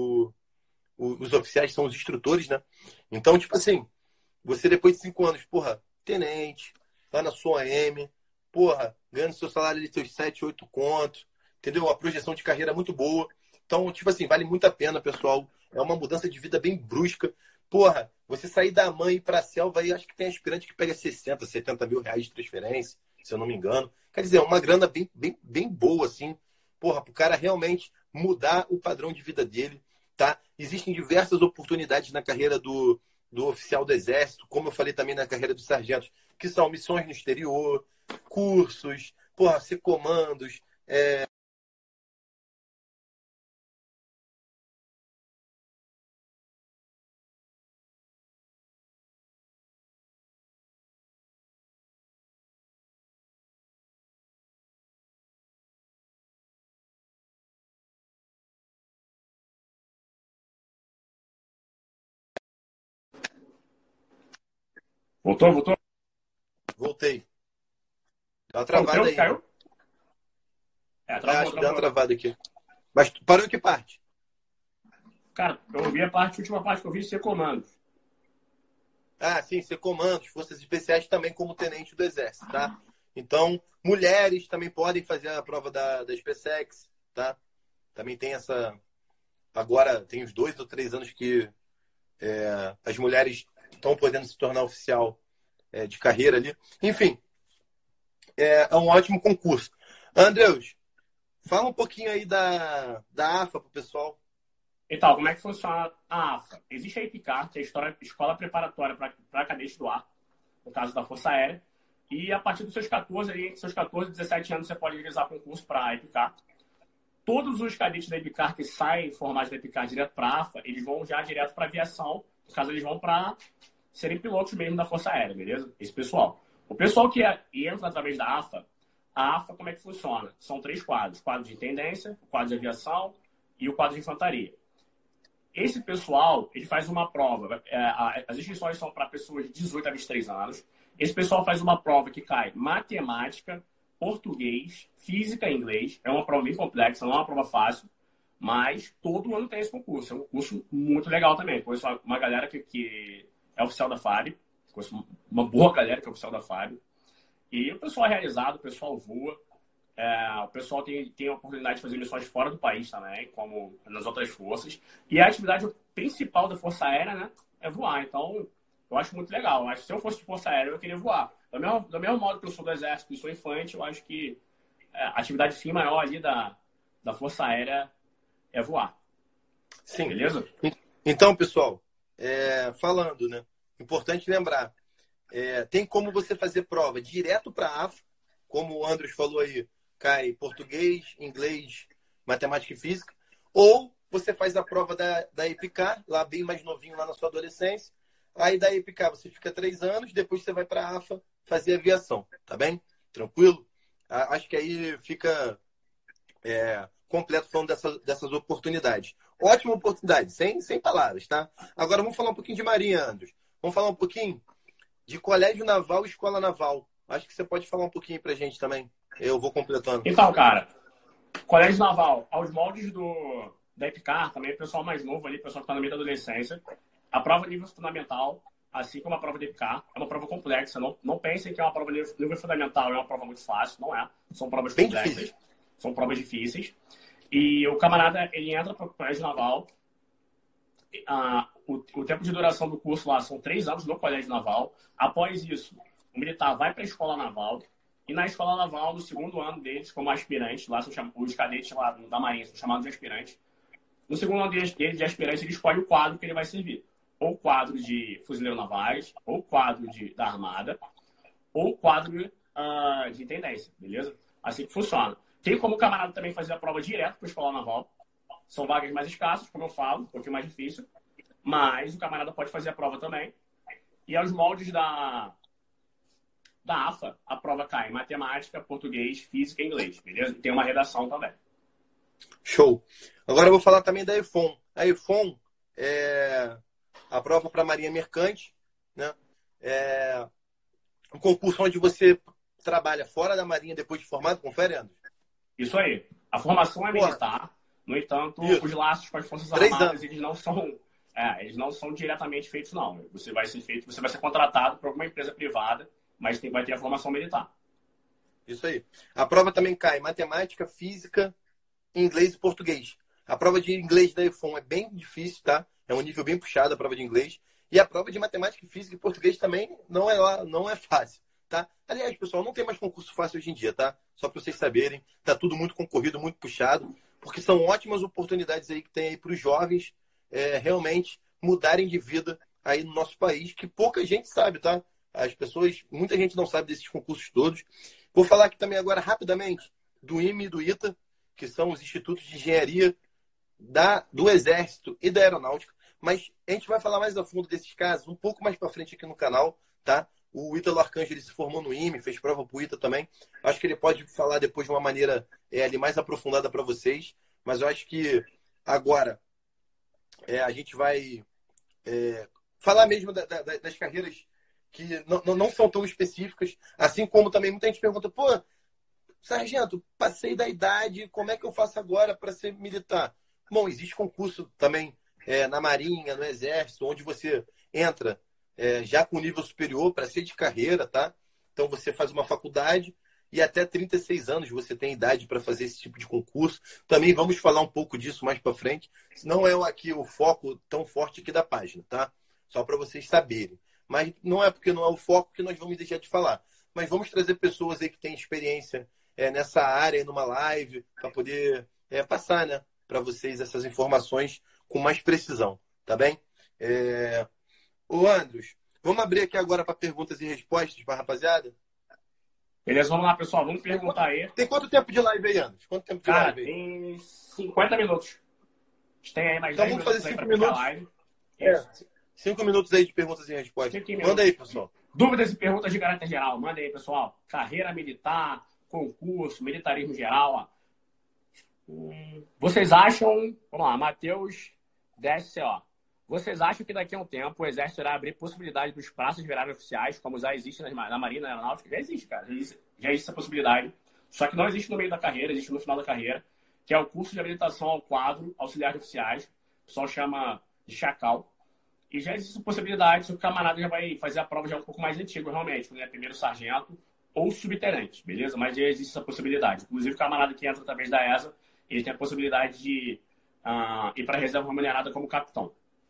os oficiais são os instrutores, né? Então, tipo assim, você depois de 5 anos, porra, tenente, lá na sua AM, porra, ganhando seu salário de seus 7, 8 contos, entendeu? A projeção de carreira é muito boa. Então, tipo assim, vale muito a pena, pessoal. É uma mudança de vida bem brusca. Porra, você sair da mãe e ir pra selva aí, acho que tem aspirante que pega 60, 70 mil reais de transferência, se eu não me engano. Quer dizer, é uma grana bem, bem, bem boa, assim. Porra, pro cara realmente mudar o padrão de vida dele, tá? Existem diversas oportunidades na carreira do oficial do Exército, como eu falei também na carreira dos sargentos, que são missões no exterior, cursos, porra, ser comandos. Voltou? Voltei. Dá uma O teu travada aí, né? caiu? Acho que deu uma Travou. travada aqui. Mas parou em que parte? Cara, eu ouvi a última parte que eu vi ser comandos. Ah, sim, ser comandos, forças especiais também como tenente do Exército, tá? Então, mulheres também podem fazer a prova da SpaceX, tá? Também tem essa... Agora, tem uns 2 ou 3 anos que as mulheres estão podendo se tornar oficial de carreira ali. Enfim, é um ótimo concurso. Andreus, fala um pouquinho aí da AFA pro pessoal. Então, como é que funciona a AFA? Existe a EPICAR, que é a Escola Preparatória para Cadetes do Ar, no caso da Força Aérea. E a partir dos seus 14, entre seus 14 e 17 anos, você pode realizar concurso para a EPICAR. Todos os cadetes da EPICAR que saem formados da EPICAR direto para a AFA, eles vão já direto para a aviação. No caso, eles vão para serem pilotos mesmo da Força Aérea, beleza? Esse pessoal. O pessoal que entra através da AFA, a AFA, como é que funciona? São 3 quadros. O quadro de intendência, o quadro de aviação e o quadro de infantaria. Esse pessoal, ele faz uma prova. As inscrições são para pessoas de 18 a 23 anos. Esse pessoal faz uma prova que cai matemática, português, física e inglês. É uma prova bem complexa, não é uma prova fácil. Mas todo ano tem esse concurso. É um concurso muito legal também. Conheço uma galera que é oficial da FAB. Conheço uma boa galera que é oficial da FAB. E o pessoal é realizado, o pessoal voa. O pessoal tem a oportunidade de fazer missões fora do país também, como nas outras forças. E a atividade principal da Força Aérea, né, é voar. Então, eu acho muito legal. Eu acho que se eu fosse de Força Aérea, eu queria voar. Do mesmo modo que eu sou do Exército e sou infante, eu acho que a atividade fim maior ali da Força Aérea é voar. Sim. Beleza? Então, pessoal, falando, né? Importante lembrar, tem como você fazer prova direto para a AFA, como o Andros falou aí, cai português, inglês, matemática e física, ou você faz a prova da EPICAR, lá bem mais novinho, lá na sua adolescência. Aí da EPICAR você fica 3 anos, depois você vai para a AFA fazer aviação, tá bem? Tranquilo? Acho que aí fica completo falando dessas oportunidades. Ótima oportunidade, sem palavras, tá? Agora vamos falar um pouquinho de Marinha, Andros. Vamos falar um pouquinho de colégio naval e escola naval. Acho que você pode falar um pouquinho pra gente também. Eu vou completando. Então, cara, colégio naval, aos moldes da EPICAR, também o pessoal mais novo ali, o pessoal que está no meio da adolescência. A prova nível fundamental, assim como a prova de EPICAR, é uma prova complexa. Não pensem que é uma prova nível fundamental, é uma prova muito fácil. Não é. São provas Bem complexas. difícil. São provas difíceis. E o camarada, ele entra para o colégio naval. O tempo de duração do curso lá são 3 anos no colégio naval. Após isso, o militar vai para a escola naval. E na escola naval, no segundo ano deles, como aspirantes, lá os cadetes lá da Marinha são chamados de aspirantes. No segundo ano deles de aspirantes, ele escolhe o quadro que ele vai servir. Ou quadro de fuzileiro navais, ou quadro da Armada, ou quadro de intendência, beleza? Assim que funciona. Tem como o camarada também fazer a prova direto para a escola naval. São vagas mais escassas, como eu falo, um pouquinho mais difícil. Mas o camarada pode fazer a prova também. E aos moldes da AFA, a prova cai em matemática, português, física e inglês, beleza? E tem uma redação também. Show. Agora eu vou falar também da EFON. A EFON é a prova para a Marinha Mercante, né? É um concurso onde você trabalha fora da Marinha depois de formado, confere, Andros? Isso aí. A formação é militar, no entanto, os laços com as Forças Armadas, eles não são diretamente feitos, não. Você vai ser contratado por alguma empresa privada, mas vai ter a formação militar. Isso aí. A prova também cai matemática, física, inglês e português. A prova de inglês da EFON é bem difícil, tá? É um nível bem puxado a prova de inglês. E a prova de matemática, física e português também não é fácil, tá? Aliás, pessoal, não tem mais concurso fácil hoje em dia, tá? Só para vocês saberem, tá tudo muito concorrido, muito puxado, porque são ótimas oportunidades aí que tem aí para os jovens realmente mudarem de vida aí no nosso país, que pouca gente sabe, tá? Muita gente não sabe desses concursos todos. Vou falar aqui também agora rapidamente do IME e do ITA, que são os institutos de engenharia do Exército e da Aeronáutica. Mas a gente vai falar mais a fundo desses casos um pouco mais para frente aqui no canal, tá? O Ítalo Arcanjo, ele se formou no IME, fez prova pro ITA também. Acho que ele pode falar depois de uma maneira ali mais aprofundada para vocês. Mas eu acho que agora a gente vai falar mesmo das carreiras que não são tão específicas, assim como também muita gente pergunta, pô, sargento, passei da idade, como é que eu faço agora para ser militar? Bom, existe concurso também na Marinha, no Exército, onde você entra já com nível superior para ser de carreira, tá? Então você faz uma faculdade e até 36 anos você tem idade para fazer esse tipo de concurso. Também vamos falar um pouco disso mais para frente. Não é aqui o foco tão forte aqui da página, tá? Só para vocês saberem. Mas não é porque não é o foco que nós vamos deixar de falar. Mas vamos trazer pessoas aí que têm experiência nessa área, numa live, para poder passar, né, para vocês essas informações com mais precisão, tá bem? Ô, Andros, vamos abrir aqui agora para perguntas e respostas para a rapaziada? Beleza, vamos lá, pessoal. Vamos perguntar aí. Tem quanto tempo de live aí, Andros? Quanto tempo de live aí? Tem 50 minutos. A gente tem aí mais então 10 vamos fazer 5 minutos. Live. 5 minutos aí de perguntas e respostas. Manda aí, pessoal. Dúvidas e perguntas de caráter geral. Manda aí, pessoal. Carreira militar, concurso, militarismo geral. Vocês acham... Vamos lá, Matheus DSCO. Vocês acham que daqui a um tempo o Exército irá abrir possibilidade dos praças virarem oficiais, como já existe na Marinha, na Aeronáutica? Já existe, cara. Já existe essa possibilidade. Só que não existe no meio da carreira, existe no final da carreira, que é o curso de habilitação ao quadro auxiliar de oficiais. O pessoal chama de chacal. E já existe essa possibilidade, só que o camarada já vai fazer a prova já um pouco mais antigo, realmente, né? Primeiro sargento ou subtenente, beleza? Mas já existe essa possibilidade. Inclusive, o camarada que entra através da ESA, ele tem a possibilidade de ir para a reserva remunerada como capitão.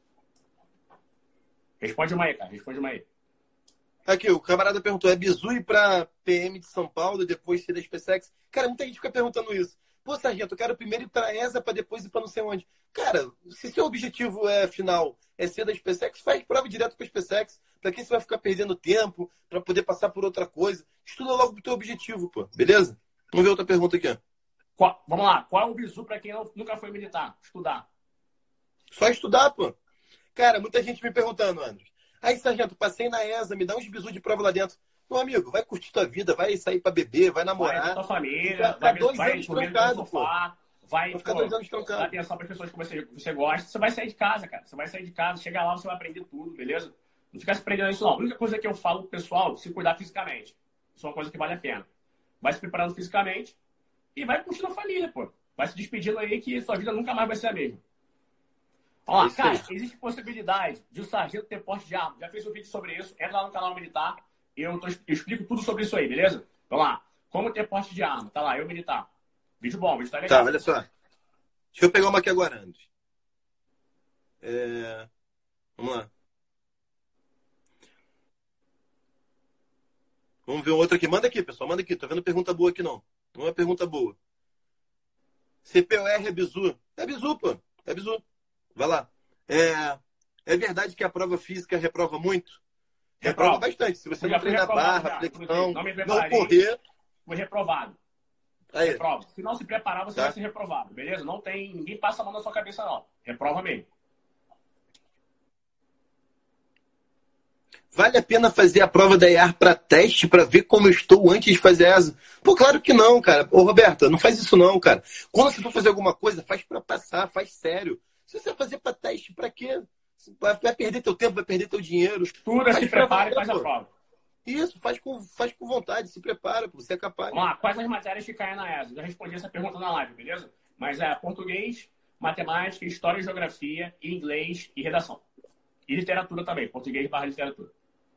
Responde uma aí, cara. Responde uma aí. Aqui, o camarada perguntou, é bizu ir para PM de São Paulo e depois ser da SpaceX? Cara, muita gente fica perguntando isso. Pô, sargento, eu quero primeiro ir para a ESA para depois ir para não sei onde. Cara, se seu objetivo final é ser da SpaceX, faz prova direto para a SpaceX. Para que você vai ficar perdendo tempo para poder passar por outra coisa? Estuda logo pro teu objetivo, pô. Beleza? Vamos ver outra pergunta aqui. Vamos lá. Qual é o bizu para quem nunca foi militar? Estudar. Só estudar, pô. Cara, muita gente me perguntando, Andros. Aí, sargento, passei na ESA, me dá uns bizu de prova lá dentro. Meu amigo, vai curtir tua vida, vai sair pra beber, vai Vai namorar. com tua família, família, vai ficar vai, 2 anos dormir no trancado, sofá, vai, ficar 2 anos dar trancado. atenção para as pessoas que você gosta. Você vai sair de casa, cara. Você vai sair de casa, chega lá, você vai aprender tudo, beleza? Não fica se prendendo nisso, não. A única coisa que eu falo pro pessoal, se cuidar fisicamente. Isso é uma coisa que vale a pena. Vai se preparando fisicamente e vai curtindo a família, pô. Vai se despedindo aí que sua vida nunca mais vai ser a mesma. Ó, cara, existe possibilidade de o sargento ter porte de arma. Já fiz um vídeo sobre isso. Entra lá no canal militar e eu explico tudo sobre isso aí, beleza? Vamos lá. Como ter porte de arma. Tá lá, eu militar. Vídeo bom, vídeo tá legal. Tá, olha só. Deixa eu pegar uma aqui agora, Andres. Vamos lá. Vamos ver outra aqui. Manda aqui, pessoal. Manda aqui. Tô vendo pergunta boa aqui, não. Não é pergunta boa. CPOR é bizu. É bizu, pô. É bizu. Vai lá. É verdade que a prova física reprova muito? Reprova bastante. Se você não treinar barra, flexão, não correr... Foi reprovado. Aí. Reprova. Se não se preparar, você vai ser reprovado, beleza? Não tem... Ninguém passa a mão na sua cabeça, não. Reprova mesmo. Vale a pena fazer a prova da IAR para teste, para ver como eu estou antes de fazer a ESA? Pô, claro que não, cara. Ô, Roberta, não faz isso não, cara. Quando você for fazer alguma coisa, faz para passar, faz sério. Se você vai fazer para teste, para quê? Vai perder teu tempo, vai perder teu dinheiro. Estuda, se prepara e faz a prova. Isso, faz com vontade, se prepara, você é capaz. Vamos lá, quais as matérias que caem na ESA? Já respondi essa pergunta na live, beleza? Mas é português, matemática, história e geografia, inglês e redação. E literatura também, português / literatura.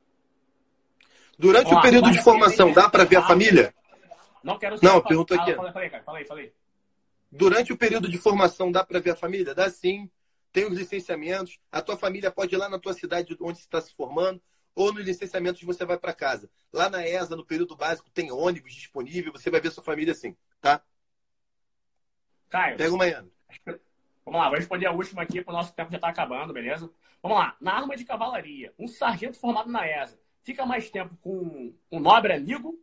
Durante o período de formação, dá para ver a família? Não quero Não, pergunta aqui. Falei. Durante o período de formação, dá para ver a família? Dá sim. Tem os licenciamentos. A tua família pode ir lá na tua cidade onde você está se formando, ou nos licenciamentos você vai para casa. Lá na ESA, no período básico, tem ônibus disponível, você vai ver sua família sim, tá? Caio. Pega uma Ana. Vamos lá, vou responder a última aqui, porque o nosso tempo já está acabando, beleza? Vamos lá. Na arma de cavalaria, um sargento formado na ESA fica mais tempo com um nobre amigo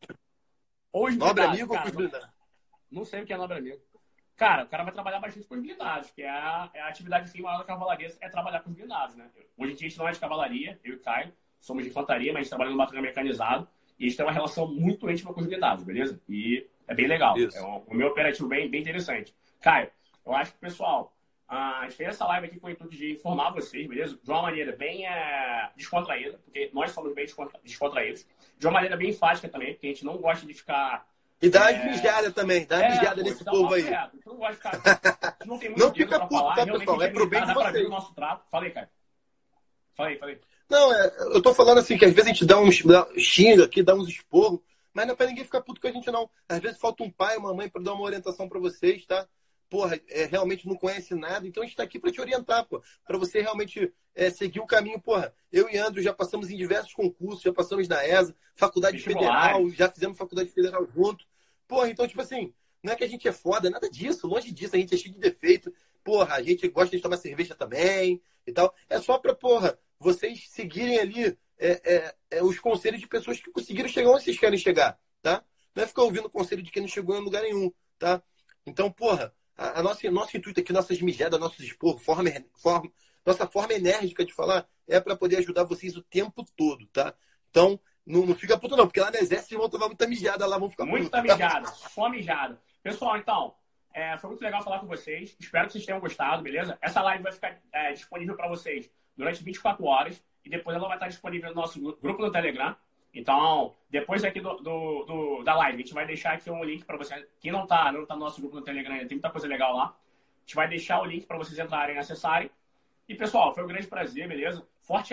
ou os nobre blindados? Amigo cara, ou com os blindados? Não sei o que é nobre amigo. Cara, o cara vai trabalhar bastante com os blindados, que é a atividade fim maior da cavalaria, é trabalhar com os blindados, né? Hoje em dia a gente não é de cavalaria, eu e o Caio, somos de infantaria, mas a gente trabalha no batalhão mecanizado e a gente tem uma relação muito íntima com os blindados, beleza? E é bem legal. Isso. É um meu operativo bem interessante. Caio, eu acho que, pessoal, a gente fez essa live aqui com o intuito de informar vocês, beleza? De uma maneira bem descontraída, porque nós somos bem descontraídos. De uma maneira bem enfática também, porque a gente não gosta de ficar... E dá as mijadas também, dá uma mijada nesse povo aí. Não gosta de ficar... Não tem muito não fica puto, falar, tá, pessoal? É pro bem de vocês. O nosso trato. Falei, cara. Falei. Não, eu tô falando assim, que às vezes a gente dá uns xinga aqui, dá uns esporros, mas não é pra ninguém ficar puto com a gente, não. Às vezes falta um pai, uma mãe pra dar uma orientação pra vocês, tá? Porra, realmente não conhece nada, então a gente tá aqui pra te orientar, pô. Pra você realmente seguir o caminho, porra. Eu e Andrew já passamos em diversos concursos, já passamos na ESA, faculdade federal, já fizemos faculdade federal junto. Porra, então, tipo assim, não é que a gente é foda, nada disso, longe disso, a gente é cheio de defeito. Porra, a gente gosta de tomar cerveja também e tal. É só pra, porra, vocês seguirem ali os conselhos de pessoas que conseguiram chegar onde vocês querem chegar, tá? Não é ficar ouvindo o conselho de quem não chegou em lugar nenhum, tá? Então, porra, nosso intuito aqui, nossas mijadas, nossos esporros, nossa forma enérgica de falar é para poder ajudar vocês o tempo todo, tá? Então, não fica puto não, porque lá no exército vão tomar muita mijada, lá vão ficar puto. Muita mijada, só mijada. Pessoal, então, foi muito legal falar com vocês. Espero que vocês tenham gostado, beleza? Essa live vai ficar disponível para vocês durante 24 horas e depois ela vai estar disponível no nosso grupo no Telegram. Então, depois aqui da live, a gente vai deixar aqui um link para você. Quem não tá no nosso grupo no Telegram, tem muita coisa legal lá. A gente vai deixar o link para vocês entrarem e acessarem. E, pessoal, foi um grande prazer, beleza? Forte